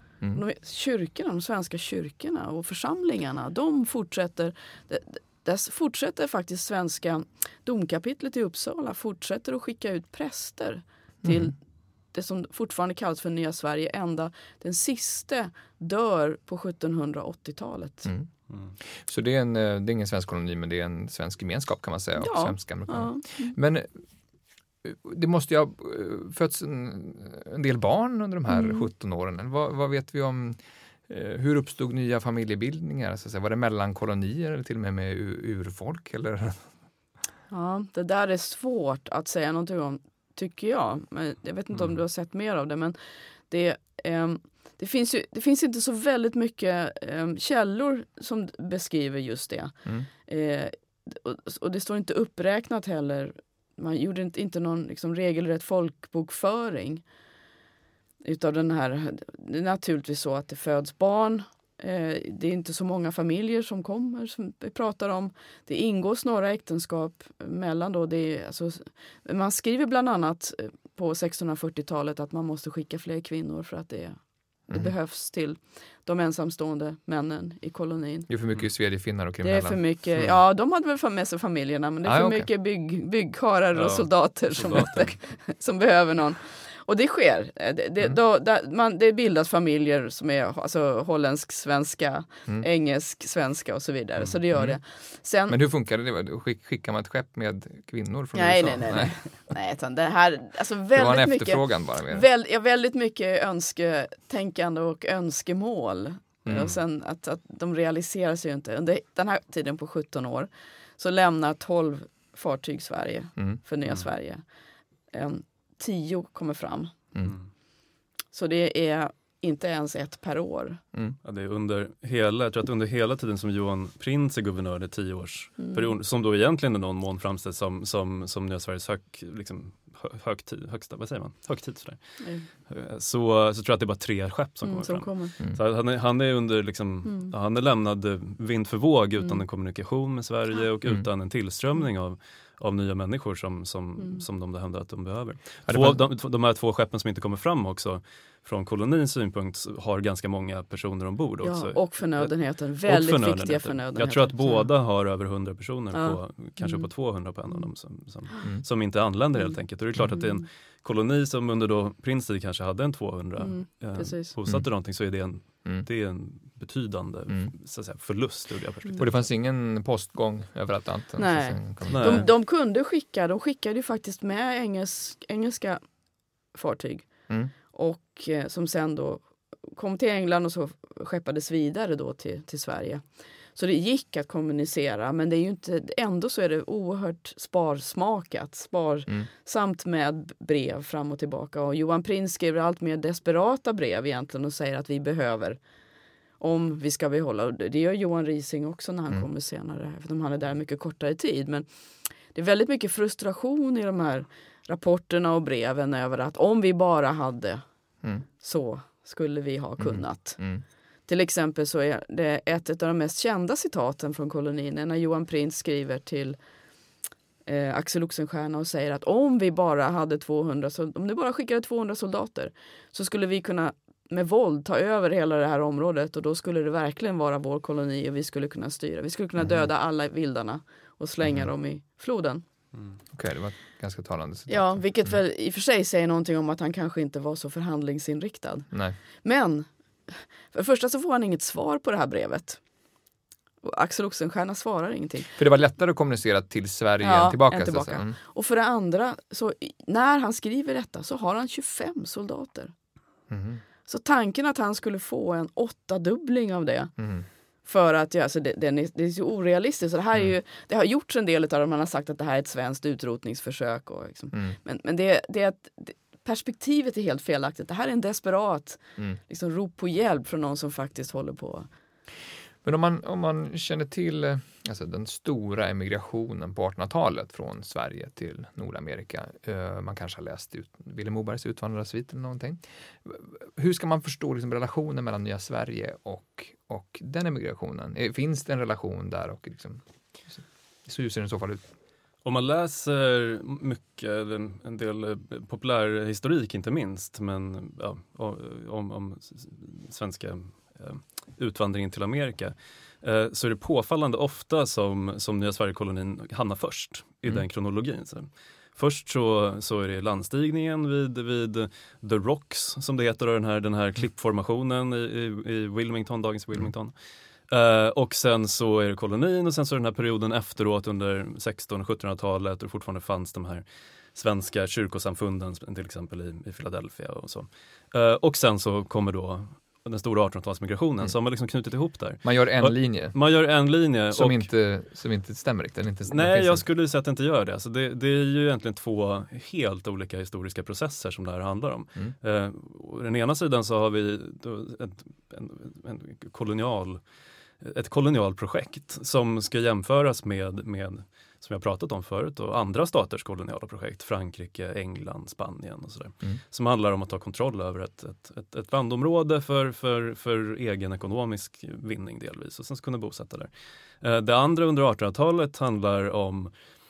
De svenska kyrkorna och församlingarna, de fortsätter. Där fortsätter faktiskt svenska domkapitlet i Uppsala fortsätter att skicka ut präster till det som fortfarande kallas för Nya Sverige, ända den sista dör på 1780-talet. Så det är ingen svensk koloni, men det är en svensk gemenskap kan man säga. Och svenska amerikaner. Men det måste ju ha fötts en del barn under de här 17 åren. Vad vet vi om hur uppstod nya familjebildningar? Så att säga? Var det mellan kolonier eller till och med urfolk? Eller? Ja, det där är svårt att säga någonting om, tycker jag. Men jag vet inte om du har sett mer av det, men det finns inte så väldigt mycket källor som beskriver just det. Och det står inte uppräknat heller. Man gjorde inte någon liksom regelrätt folkbokföring utav den här. Det är naturligtvis så att det föds barn. Det är inte så många familjer som kommer, som vi pratar om. Det ingås några äktenskap mellan då. Man skriver bland annat på 1640-talet att man måste skicka fler kvinnor för att det behövs till de ensamstående männen i kolonin. Det är för mycket svedjefinnar och kriminella. Det är för mycket, ja, de hade väl med sig familjerna, men det är för mycket byggkarlar och soldater som behöver någon. Och det sker. Det bildas familjer som är alltså holländsk-svenska, engelsk-svenska och så vidare. Så det gör det. Sen, men hur funkar det? Skickar man ett skepp med kvinnor från USA? Nej, utan det här, alltså väldigt det var en efterfrågan mycket, bara. Väldigt mycket önsketänkande och önskemål. Och sen att de realiserar sig ju inte. Under den här tiden på 17 år så lämnar 12 fartyg Sverige för Nya Sverige. 10 kommer fram. Så det är inte ens ett per år. Ja, det är jag tror att under hela tiden som Johan Prins är guvernör, det 10 års period, som då egentligen är någon mån framställs som Nya Sveriges högsta, vad säger man? Högtid sådär. Så tror jag att det är bara 3 skepp som kommer fram. Så han är under liksom, han är lämnad vind för våg utan en kommunikation med Sverige och utan en tillströmning av nya människor som de hävdar att de behöver. De här 2 skeppen som inte kommer fram också, från kolonins synpunkt, har ganska många personer ombord också. Ja, och förnödenheter. Väldigt viktiga förnödenheter. Jag tror att båda har över 100 personer, kanske på 200 på en av dem som inte anländer helt enkelt. Och det är klart att det är en koloni som under då Prince tid kanske hade en 200 bosatte någonting, så är det är en betydande så att säga, förlust ur det perspektivet. Och det fanns ingen postgång över Atlanten? Nej. De kunde de skickade ju faktiskt med engelska fartyg. Och som sen då kom till England och så skeppades vidare då till Sverige. Så det gick att kommunicera, men det är ju inte, ändå så är det oerhört sparsamt med brev fram och tillbaka. Och Johan Prince skriver allt mer desperata brev egentligen och säger att vi behöver, om vi ska behålla. Det gör Johan Rising också när han kommer senare, för han är där mycket kortare tid. Men det är väldigt mycket frustration i de här rapporterna och breven över att om vi bara hade så skulle vi ha kunnat. Till exempel så är det ett av de mest kända citaten från kolonin när Johan Prince skriver till Axel Oxenstierna och säger att om vi bara hade 200, om du bara skickade 200 soldater så skulle vi kunna med våld ta över hela det här området, och då skulle det verkligen vara vår koloni och vi skulle kunna styra. Vi skulle kunna döda alla vildarna och slänga dem i floden. Okej, det var ganska talande citat. Ja, vilket väl i och för sig säger någonting om att han kanske inte var så förhandlingsinriktad. Nej. Men för det första så får han inget svar på det här brevet. Och Axel Oxenstierna svarar ingenting. För det var lättare att kommunicera till Sverige än tillbaka. Och för det andra, så när han skriver detta så har han 25 soldater. Så tanken att han skulle få en 8-dubbling av det för att alltså det är så orealistiskt. Så det här är ju, det har gjorts en del av det, man har sagt att det här är ett svenskt utrotningsförsök. Och liksom. Men perspektivet är helt felaktigt. Det här är en desperat liksom, rop på hjälp från någon som faktiskt håller på. Men om man känner till alltså den stora emigrationen på 1800-talet från Sverige till Nordamerika, man kanske har läst Vilhelm Mobergs Utvandrarsvit eller någonting. Hur ska man förstå liksom, relationen mellan nya Sverige och den emigrationen? Finns det en relation där? Och liksom, så ser det i så fall ut. Om man läser mycket, en del populärhistorik inte minst, men ja, om svenska utvandringen till Amerika, så är det påfallande ofta som Nya Sverige-kolonin hamnar först i den kronologin. Så. Först så är det landstigningen vid The Rocks, som det heter, den här klippformationen i Wilmington, dagens Wilmington. Och sen så är det kolonin, och sen så är den här perioden efteråt under 1600- och 1700-talet, och det fortfarande fanns de här svenska kyrkosamfunden till exempel i Philadelphia och så. Och sen så kommer då den stora 1800-talsmigrationen som har liksom knutit ihop där. Man gör en linje. Man gör en linje. Som inte stämmer riktigt. Nej, jag skulle säga att det inte gör det. Alltså det är ju egentligen 2 helt olika historiska processer som det här handlar om. Den ena sidan så har vi ett kolonialprojekt som ska jämföras med som jag pratat om förut, och andra staters koloniala projekt, Frankrike, England, Spanien och sådär. Som handlar om att ta kontroll över ett landområde för egen ekonomisk vinning delvis, och sen ska kunna bosätta där. Det andra under 1800-talet handlar om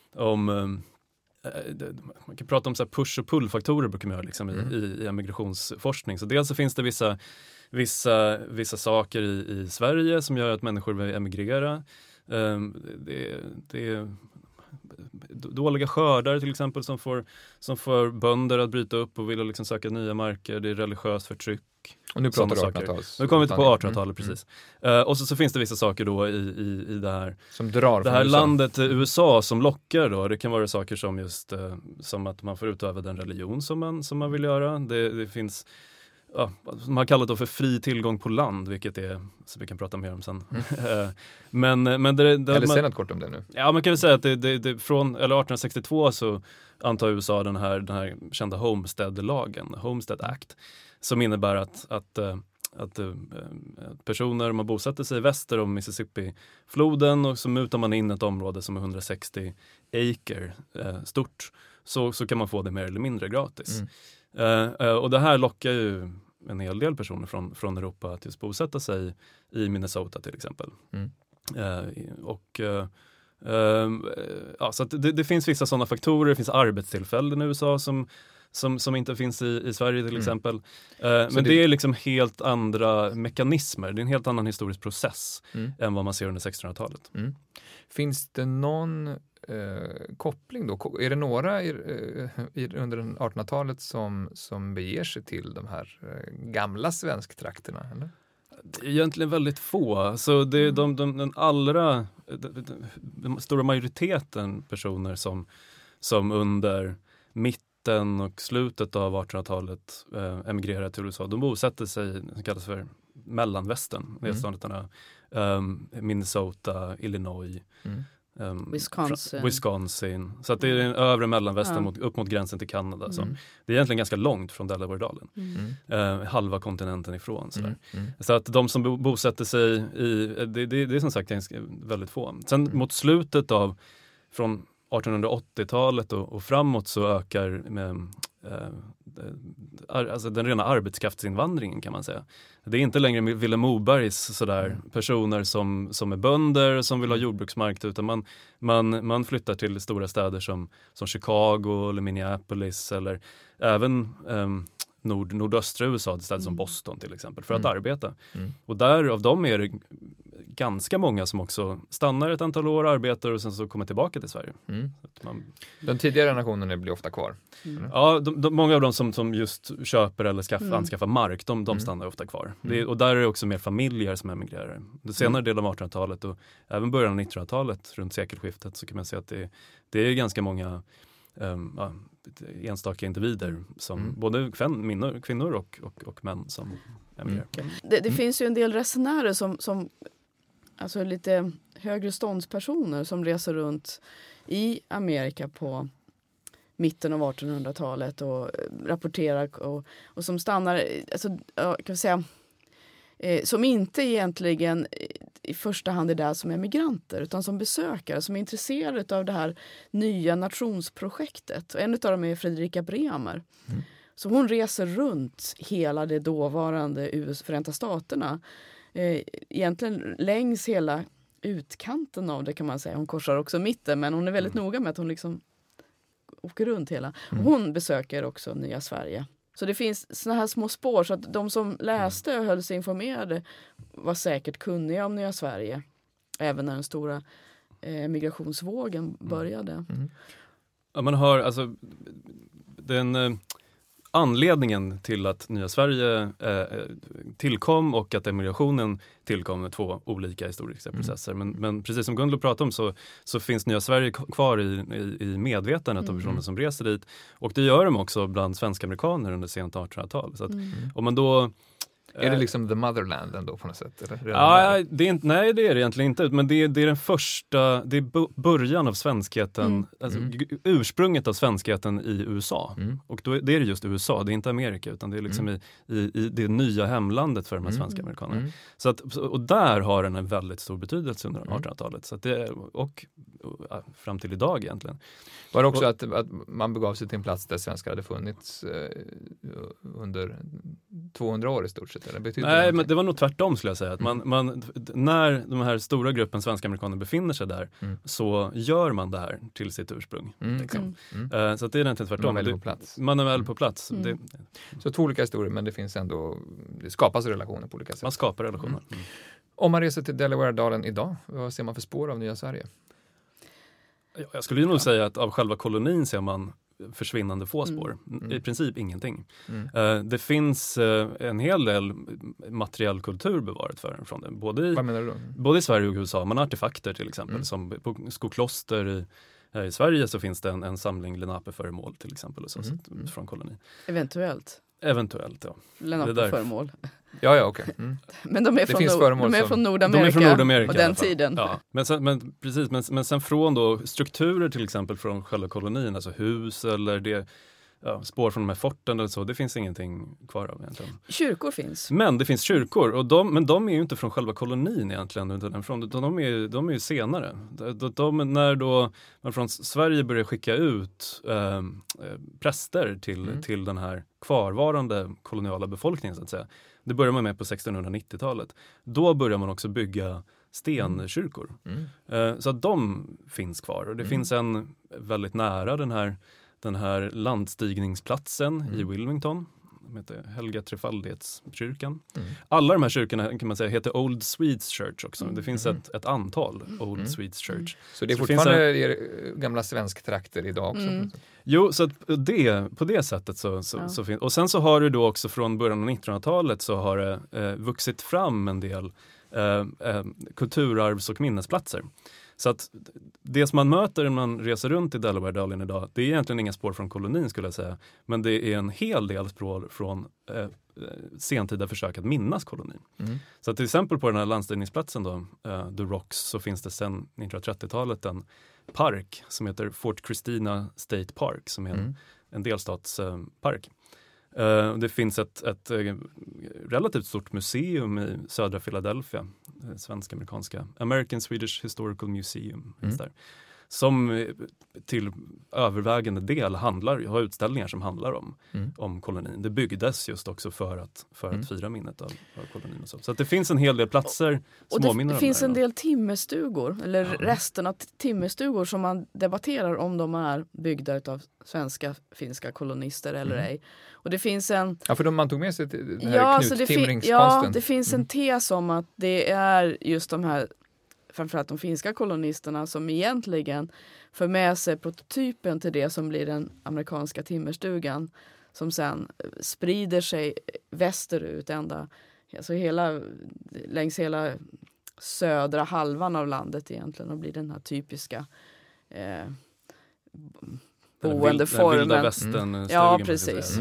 man kan prata om så här push- och pull-faktorer brukar man göra liksom i emigrationsforskning. Så dels så finns det vissa saker i Sverige som gör att människor vill emigrera. Det är dåliga skördar till exempel som får bönder att bryta upp och vilja liksom söka nya marker. Det är religiöst förtryck. Och nu pratar du 1800-talet. Nu kommer vi på 1800-talet, precis. Och så finns det vissa saker då i det här, som drar det här landet USA som lockar då. Det kan vara saker som just som att man får utöva den religion som man vill göra. Det finns man kallar det för fri tillgång på land, vilket är, så vi kan prata mer om sen. Men eller säg något kort om det nu. Ja, man kan väl säga att det från 1862 så antar USA den här kända Homestead-lagen, Homestead Act, som innebär att personer, man bosätter sig väster om Mississippi-floden och så mutar man in ett område som är 160 acre stort, så kan man få det mer eller mindre gratis. Och det här lockar ju en hel del personer från Europa att just bosätta sig i Minnesota till exempel. Så att det finns vissa sådana faktorer. Det finns arbetstillfällen i USA som inte finns i Sverige till exempel. Men det är liksom helt andra mekanismer. Det är en helt annan historisk process än vad man ser under 1600-talet. Finns det någon koppling då? Är det några under 1800-talet som beger sig till de här gamla svensktrakterna? Eller? Det är egentligen väldigt få. Så det är den stora majoriteten personer som under mitten och slutet av 1800-talet emigrerar till USA. De bosätter sig, som kallas för mellanvästern, delstaterna Minnesota, Illinois, Wisconsin. Så att det är den övre mellanvästern upp mot gränsen till Kanada. Så det är egentligen ganska långt från Delaware-dalen. Halva kontinenten ifrån. Så att de som bosätter sig det är som sagt väldigt få. Sen mot slutet från 1880-talet och framåt så ökar alltså den rena arbetskraftsinvandringen kan man säga. Det är inte längre Vilhelm Mobergs sådär personer som är bönder som vill ha jordbruksmark, utan man flyttar till stora städer som Chicago eller Minneapolis eller även nordöstra USA, städer som Boston till exempel, för att arbeta. Och där av dem är det ganska många som också stannar ett antal år, arbetar och sen så kommer tillbaka till Sverige. Den tidigare generationen blir ofta kvar. Ja, många av dem som just köper eller anskaffar mark, de stannar ofta kvar. Och där är det också mer familjer som emigrerar. Det senare delen av 1800-talet och även början av 1900-talet, runt sekelskiftet, så kan man säga att det är ganska många enstaka individer som både kvinnor och män som emigrerar. Det finns ju en del resenärer som alltså lite högre ståndspersoner som reser runt i Amerika på mitten av 1800-talet och rapporterar och som stannar, alltså, kan vi säga, som inte egentligen i första hand är där som emigranter utan som besökare, som är intresserade av det här nya nationsprojektet. Och en av dem är Fredrika Bremer. Så hon reser runt hela det dåvarande Förenta Staterna. Egentligen längs hela utkanten av det kan man säga. Hon korsar också mitten, men hon är väldigt noga med att hon liksom åker runt hela. Och hon besöker också Nya Sverige. Så det finns såna här små spår så att de som läste och höll sig informerade var säkert kunniga om Nya Sverige. Även när den stora migrationsvågen började. Ja, man hör alltså den anledningen till att Nya Sverige tillkom och att emigrationen tillkom med två olika historiska processer. Men precis som Gunlo pratade om så finns Nya Sverige kvar i medvetandet av personer som reser dit. Och det gör de också bland svenska amerikaner under sent 1800-tal. Så att om man då Är det liksom the motherland ändå på något sätt? Eller? Nej, det är det egentligen inte. Men det är den första, det är början av svenskheten, alltså ursprunget av svenskheten i USA. Och då, det är just USA, det är inte Amerika, utan det är liksom i det nya hemlandet för de här svenska amerikanerna. Så att, och där har den en väldigt stor betydelse under 1800-talet. Så att det, och fram till idag egentligen. Var det också att man begav sig till en plats där svenskar hade funnits under 200 år i stort sett? Eller nej, men det var nog tvärtom skulle jag säga. Att man, när de här stora gruppen svenska amerikaner befinner sig där så gör man det här till sitt ursprung. Liksom. Så att det är egentligen tvärtom. Man är väl på plats. Så två olika historier, men det finns ändå, det skapas relationer på olika sätt. Man skapar relationer. Om man reser till Delaware-dalen idag, vad ser man för spår av Nya Sverige? Jag skulle ju nog säga att av själva kolonin ser man försvinnande få spår. I princip ingenting. Det finns en hel del materiell kultur bevarat från det. Vad menar du då? Både i Sverige och USA. Man har artefakter till exempel. Som på Skokloster i Sverige så finns det en samling Lenape-föremål till exempel. Så, från kolonin. Eventuellt, ja. Lenape-föremål. Ja, okej. Men de är från Nordamerika, de är från Nordamerika på den tiden. Ja. Men sen från då strukturer till exempel från själva kolonin, alltså hus eller det, spår från de här forten eller så, det finns ingenting kvar av egentligen. Kyrkor finns. Men det finns kyrkor, och men de är ju inte från själva kolonin egentligen, utan de är ju senare. När då man från Sverige börjar skicka ut präster till den här kvarvarande koloniala befolkningen så att säga. Det börjar man med på 1690-talet. Då börjar man också bygga stenkyrkor. Så att de finns kvar. Och det finns en väldigt nära den här landstigningsplatsen i Wilmington. De heter Helga Trefaldighetskyrkan. Alla de här kyrkorna kan man säga heter Old Swedes Church också. Det finns ett antal Old Swedes Church. Så det är fortfarande gamla svensktrakter idag också? Jo, så att på det sättet så finns. Och sen så har du då också från början av 1900-talet så har det vuxit fram en del kulturarvs- och minnesplatser. Så att det som man möter när man reser runt i Delaware-dalen idag, det är egentligen inga spår från kolonin skulle jag säga. Men det är en hel del spår från sentida försök att minnas kolonin. Så att till exempel på den här landstigningsplatsen då, The Rocks, så finns det sedan 1930-talet en park som heter Fort Christina State Park som är en delstatspark. Det finns ett relativt stort museum i södra Philadelphia, svensk-amerikanska American Swedish Historical Museum där, som till övervägande del har utställningar som handlar om kolonin. Det byggdes just också för att fira minnet av kolonin och så. Så att det finns en hel del platser och det finns en del timmerstugor eller resten av timmerstugor som man debatterar om de är byggda av svenska, finska kolonister eller ej. Och det finns en... Ja, för man tog med sig den här knuttimringskonsten. Det finns en tes om att det är just de här, framförallt de finska kolonisterna, som egentligen för med sig prototypen till det som blir den amerikanska timmerstugan, som sen sprider sig västerut alltså längs hela södra halvan av landet egentligen, och blir den här typiska boendeformen. Den vilda västern. Ja, precis.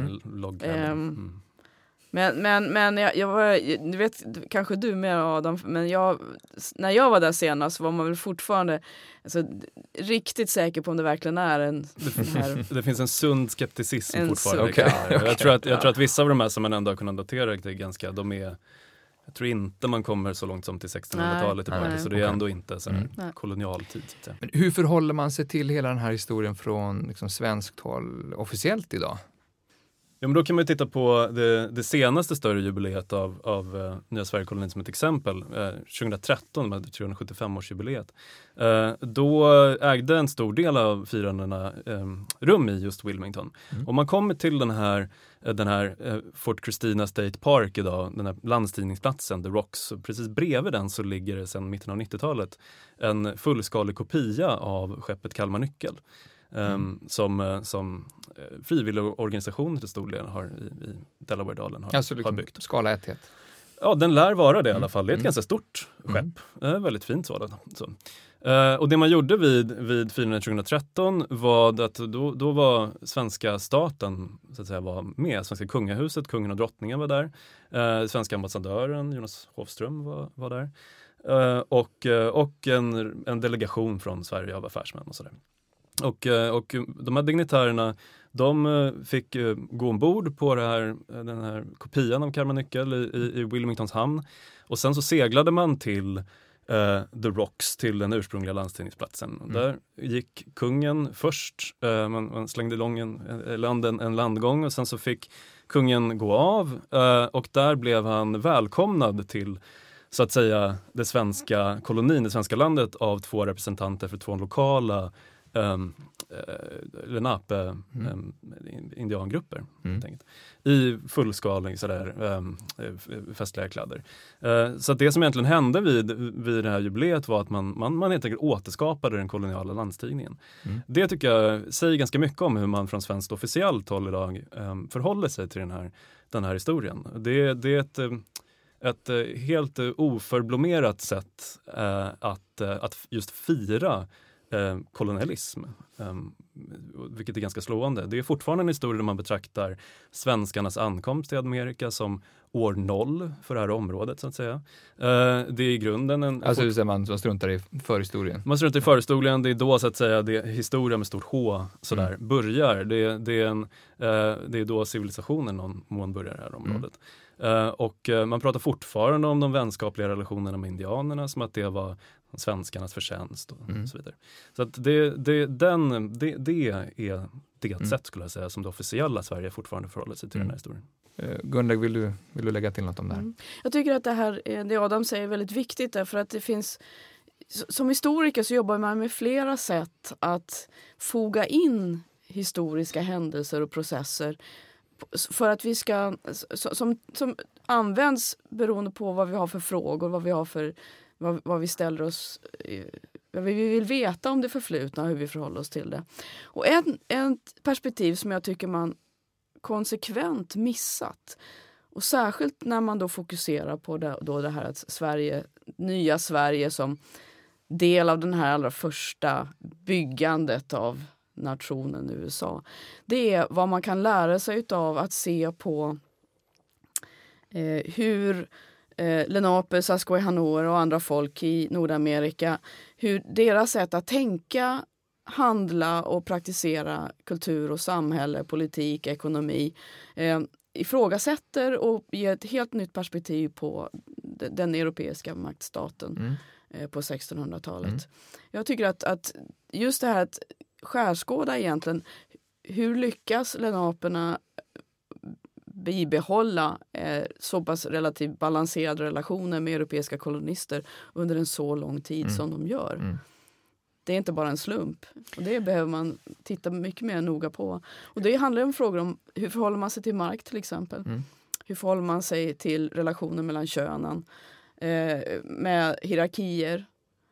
Men jag var, du vet kanske du mer Adam, men när jag var där senast var man väl fortfarande riktigt säker på om det verkligen är det finns en sund skepticism fortfarande. Jag tror att vissa av de här som man ändå har kunnat datera det ganska, jag tror inte man kommer så långt som till 1600-talet tillbaka, så det är ändå inte kolonialtid. Men hur förhåller man sig till hela den här historien från liksom svenskt håll officiellt idag? Ja, men då kan man titta på det senaste större jubileet av Nya Sverige-kolonin som ett exempel. 2013 med 375-årsjubileet. Då ägde en stor del av firandena rum i just Wilmington. Och man kommer till den här Fort Christina State Park idag, den här landstigningsplatsen, The Rocks. Precis bredvid den så ligger det sedan mitten av 90-talet en fullskalig kopia av skeppet Kalmar Nyckel. Som frivilliga organisationer till stor del har i Delaware-dalen har byggt. Skala 1. Ja, den lär vara det i alla fall. Det är ett ganska stort skepp. Väldigt fint sådant. Och det man gjorde vid firandet 2013 var att då var svenska staten så att säga var med. Svenska kungahuset, kungen och drottningen var där. Svenska ambassadören Jonas Hofström var där. Och en delegation från Sverige av affärsmän och sådär. Och de här dignitärerna, de fick gå ombord på den här kopian av Kalmar Nyckel i Wilmingtons hamn. Och sen så seglade man till The Rocks, till den ursprungliga landstigningsplatsen. Där gick kungen först, man slängde igång en landgång, och sen så fick kungen gå av. Och där blev han välkomnad till, så att säga, det svenska kolonin, det svenska landet, av 2 representanter för 2 lokala Lenape indiangrupper i fullskalig festliga kläder. Så att det som egentligen hände vid det här jubileet var att man helt enkelt återskapade den koloniala landstigningen. Det tycker jag säger ganska mycket om hur man från svenskt officiellt håll idag förhåller sig till den här historien. Det är ett helt oförblommerat sätt att just fira kolonialism, vilket är ganska slående. Det är fortfarande en historia där man betraktar svenskarnas ankomst till Amerika som år 0 för det här området, så att säga. Det är i grunden man struntar i förhistorien. Man struntar i förhistorien, det är då så att säga historia med stort H sådär börjar. Det är då civilisationen någon mån börjar i det här området. Och man pratar fortfarande om de vänskapliga relationerna med indianerna som att det var svenskarnas förtjänst och så vidare. Så att det är det sätt, skulle jag säga, som det officiella Sverige fortfarande förhåller sig till den här historien. Gunnlaug, vill du lägga till något om det här? Jag tycker att det Adam säger är väldigt viktigt därför att det finns, som historiker så jobbar man med flera sätt att foga in historiska händelser och processer för att vi ska, som används beroende på vad vi har för frågor, vad vi ställer oss, vad vi vill veta om det förflutna och hur vi förhåller oss till det. Och ett perspektiv som jag tycker man konsekvent missat, och särskilt när man då fokuserar på det här att nya Sverige som del av den här allra första byggandet av nationen USA. Det är vad man kan lära sig av att se på hur Lenape, Susquehannoer och andra folk i Nordamerika, hur deras sätt att tänka, handla och praktisera kultur och samhälle, politik, ekonomi ifrågasätter och ger ett helt nytt perspektiv på den europeiska maktstaten på 1600-talet. Jag tycker att just det här att skärskåda egentligen, hur lyckas Lenaperna bibehålla så pass relativt balanserade relationer med europeiska kolonister under en så lång tid som de gör. Det är inte bara en slump. Och det behöver man titta mycket mer noga på. Och det handlar om frågor om hur förhåller man sig till mark till exempel. Hur förhåller man sig till relationer mellan könen. Med hierarkier.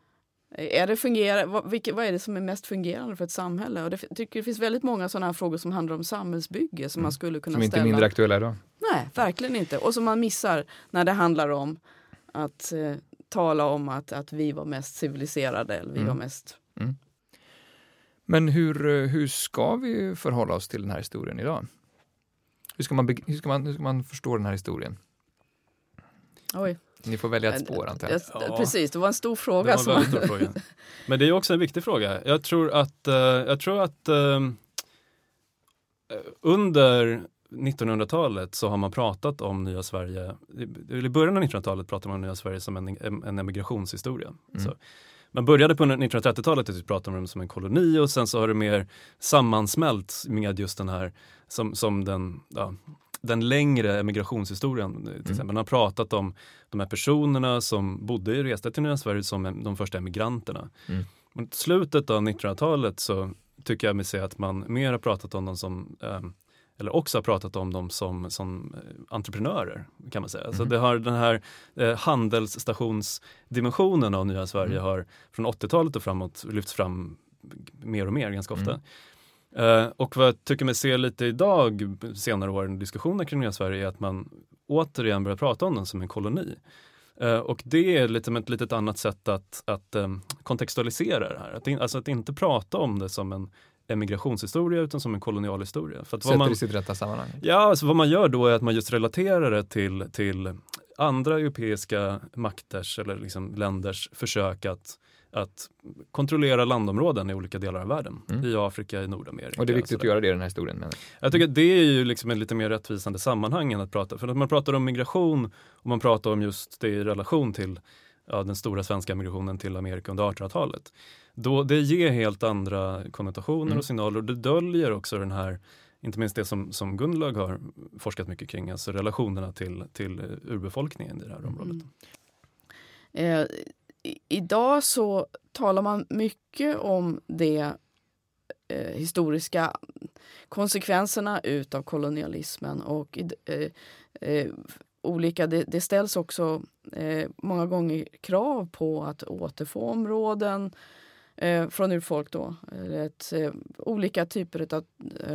Vad är det som är mest fungerande för ett samhälle? Och jag tycker det finns väldigt många sådana här frågor som handlar om samhällsbygge som man skulle kunna ställa. Som inte är mindre aktuella idag. Nej, verkligen inte. Och som man missar när det handlar om att tala om att vi var mest civiliserade eller vi var mest... Men hur ska vi förhålla oss till den här historien idag? Hur ska man förstå den här historien? Oj. Ni får välja ett spår, antar jag. Ja. Precis, det var en stor fråga. Det var en väldigt stor fråga. Men det är också en viktig fråga. Jag tror att under 1900-talet så har man pratat om nya Sverige, i början av 1900-talet pratade man om nya Sverige som en emigrationshistoria. Så man började på 1930-talet att prata om dem som en koloni och sen så har det mer sammansmält med just den här som den längre emigrationshistorien till exempel. Man har pratat om de här personerna som reste till nya Sverige som de första emigranterna. Mot slutet av 1900-talet så tycker jag mig se att man mer har pratat om dem som eller också har pratat om dem som entreprenörer, kan man säga. Så det har den här handelsstationsdimensionen av nya Sverige har från 80-talet och framåt lyfts fram mer och mer ganska ofta. Och vad jag tycker mig se lite idag, senare år, diskussioner kring nya Sverige är att man återigen börjar prata om den som en koloni. Och det är lite ett litet annat sätt att kontextualisera det här. Att inte prata om det som en emigrationshistoria utan som en kolonialhistoria. För att sätter i sitt rätta sammanhang. Ja, alltså vad man gör då är att man just relaterar det till andra europeiska makters eller liksom länders försök att kontrollera landområden i olika delar av världen. I Afrika, i Nordamerika. Och det är viktigt att göra det i den här historien. Men... Jag tycker att det är ju liksom en lite mer rättvisande sammanhang än att prata. För att man pratar om migration och man pratar om just det i relation till den stora svenska migrationen till Amerika under 1800-talet. Det ger helt andra konnotationer och signaler och det döljer också den här, inte minst det som Gunnlaug har forskat mycket kring, alltså relationerna till urbefolkningen i det här området. Idag så talar man mycket om de historiska konsekvenserna utav kolonialismen och det ställs också många gånger krav på att återfå områden från urfolk då. Olika typer av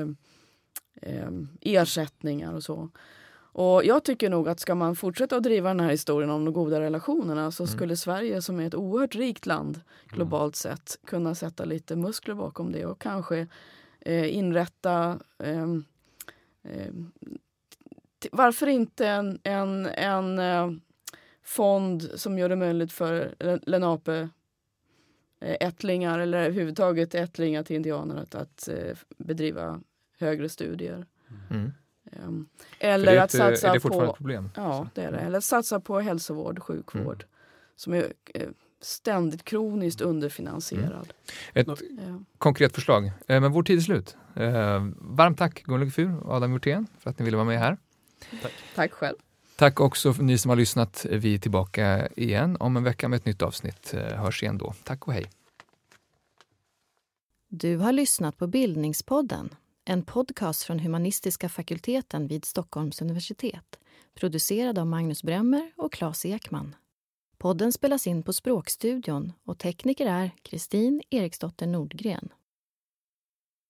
ersättningar och så. Och jag tycker nog att ska man fortsätta att driva den här historien om de goda relationerna så skulle Sverige som är ett oerhört rikt land globalt sett kunna sätta lite muskler bakom det och kanske inrätta varför inte en fond som gör det möjligt för Lenape ättlingar eller överhuvudtaget ättlingar till indianer att bedriva högre studier. Eller att satsa är det fortfarande ett problem? Ja, det är det. Eller att satsa på hälsovård, sjukvård som är ständigt kroniskt underfinansierad. Ett konkret förslag. Men vår tid är slut. Varmt tack Gunnlaug Fur och Adam Hjortén för att ni ville vara med här. Tack själv. Tack också för ni som har lyssnat. Vi är tillbaka igen om en vecka med ett nytt avsnitt. Hörs igen då. Tack och hej. Du har lyssnat på Bildningspodden, en podcast från Humanistiska fakulteten vid Stockholms universitet, producerad av Magnus Bremmer och Claes Ekman. Podden spelas in på Språkstudion och tekniker är Kristin Eriksdotter Nordgren.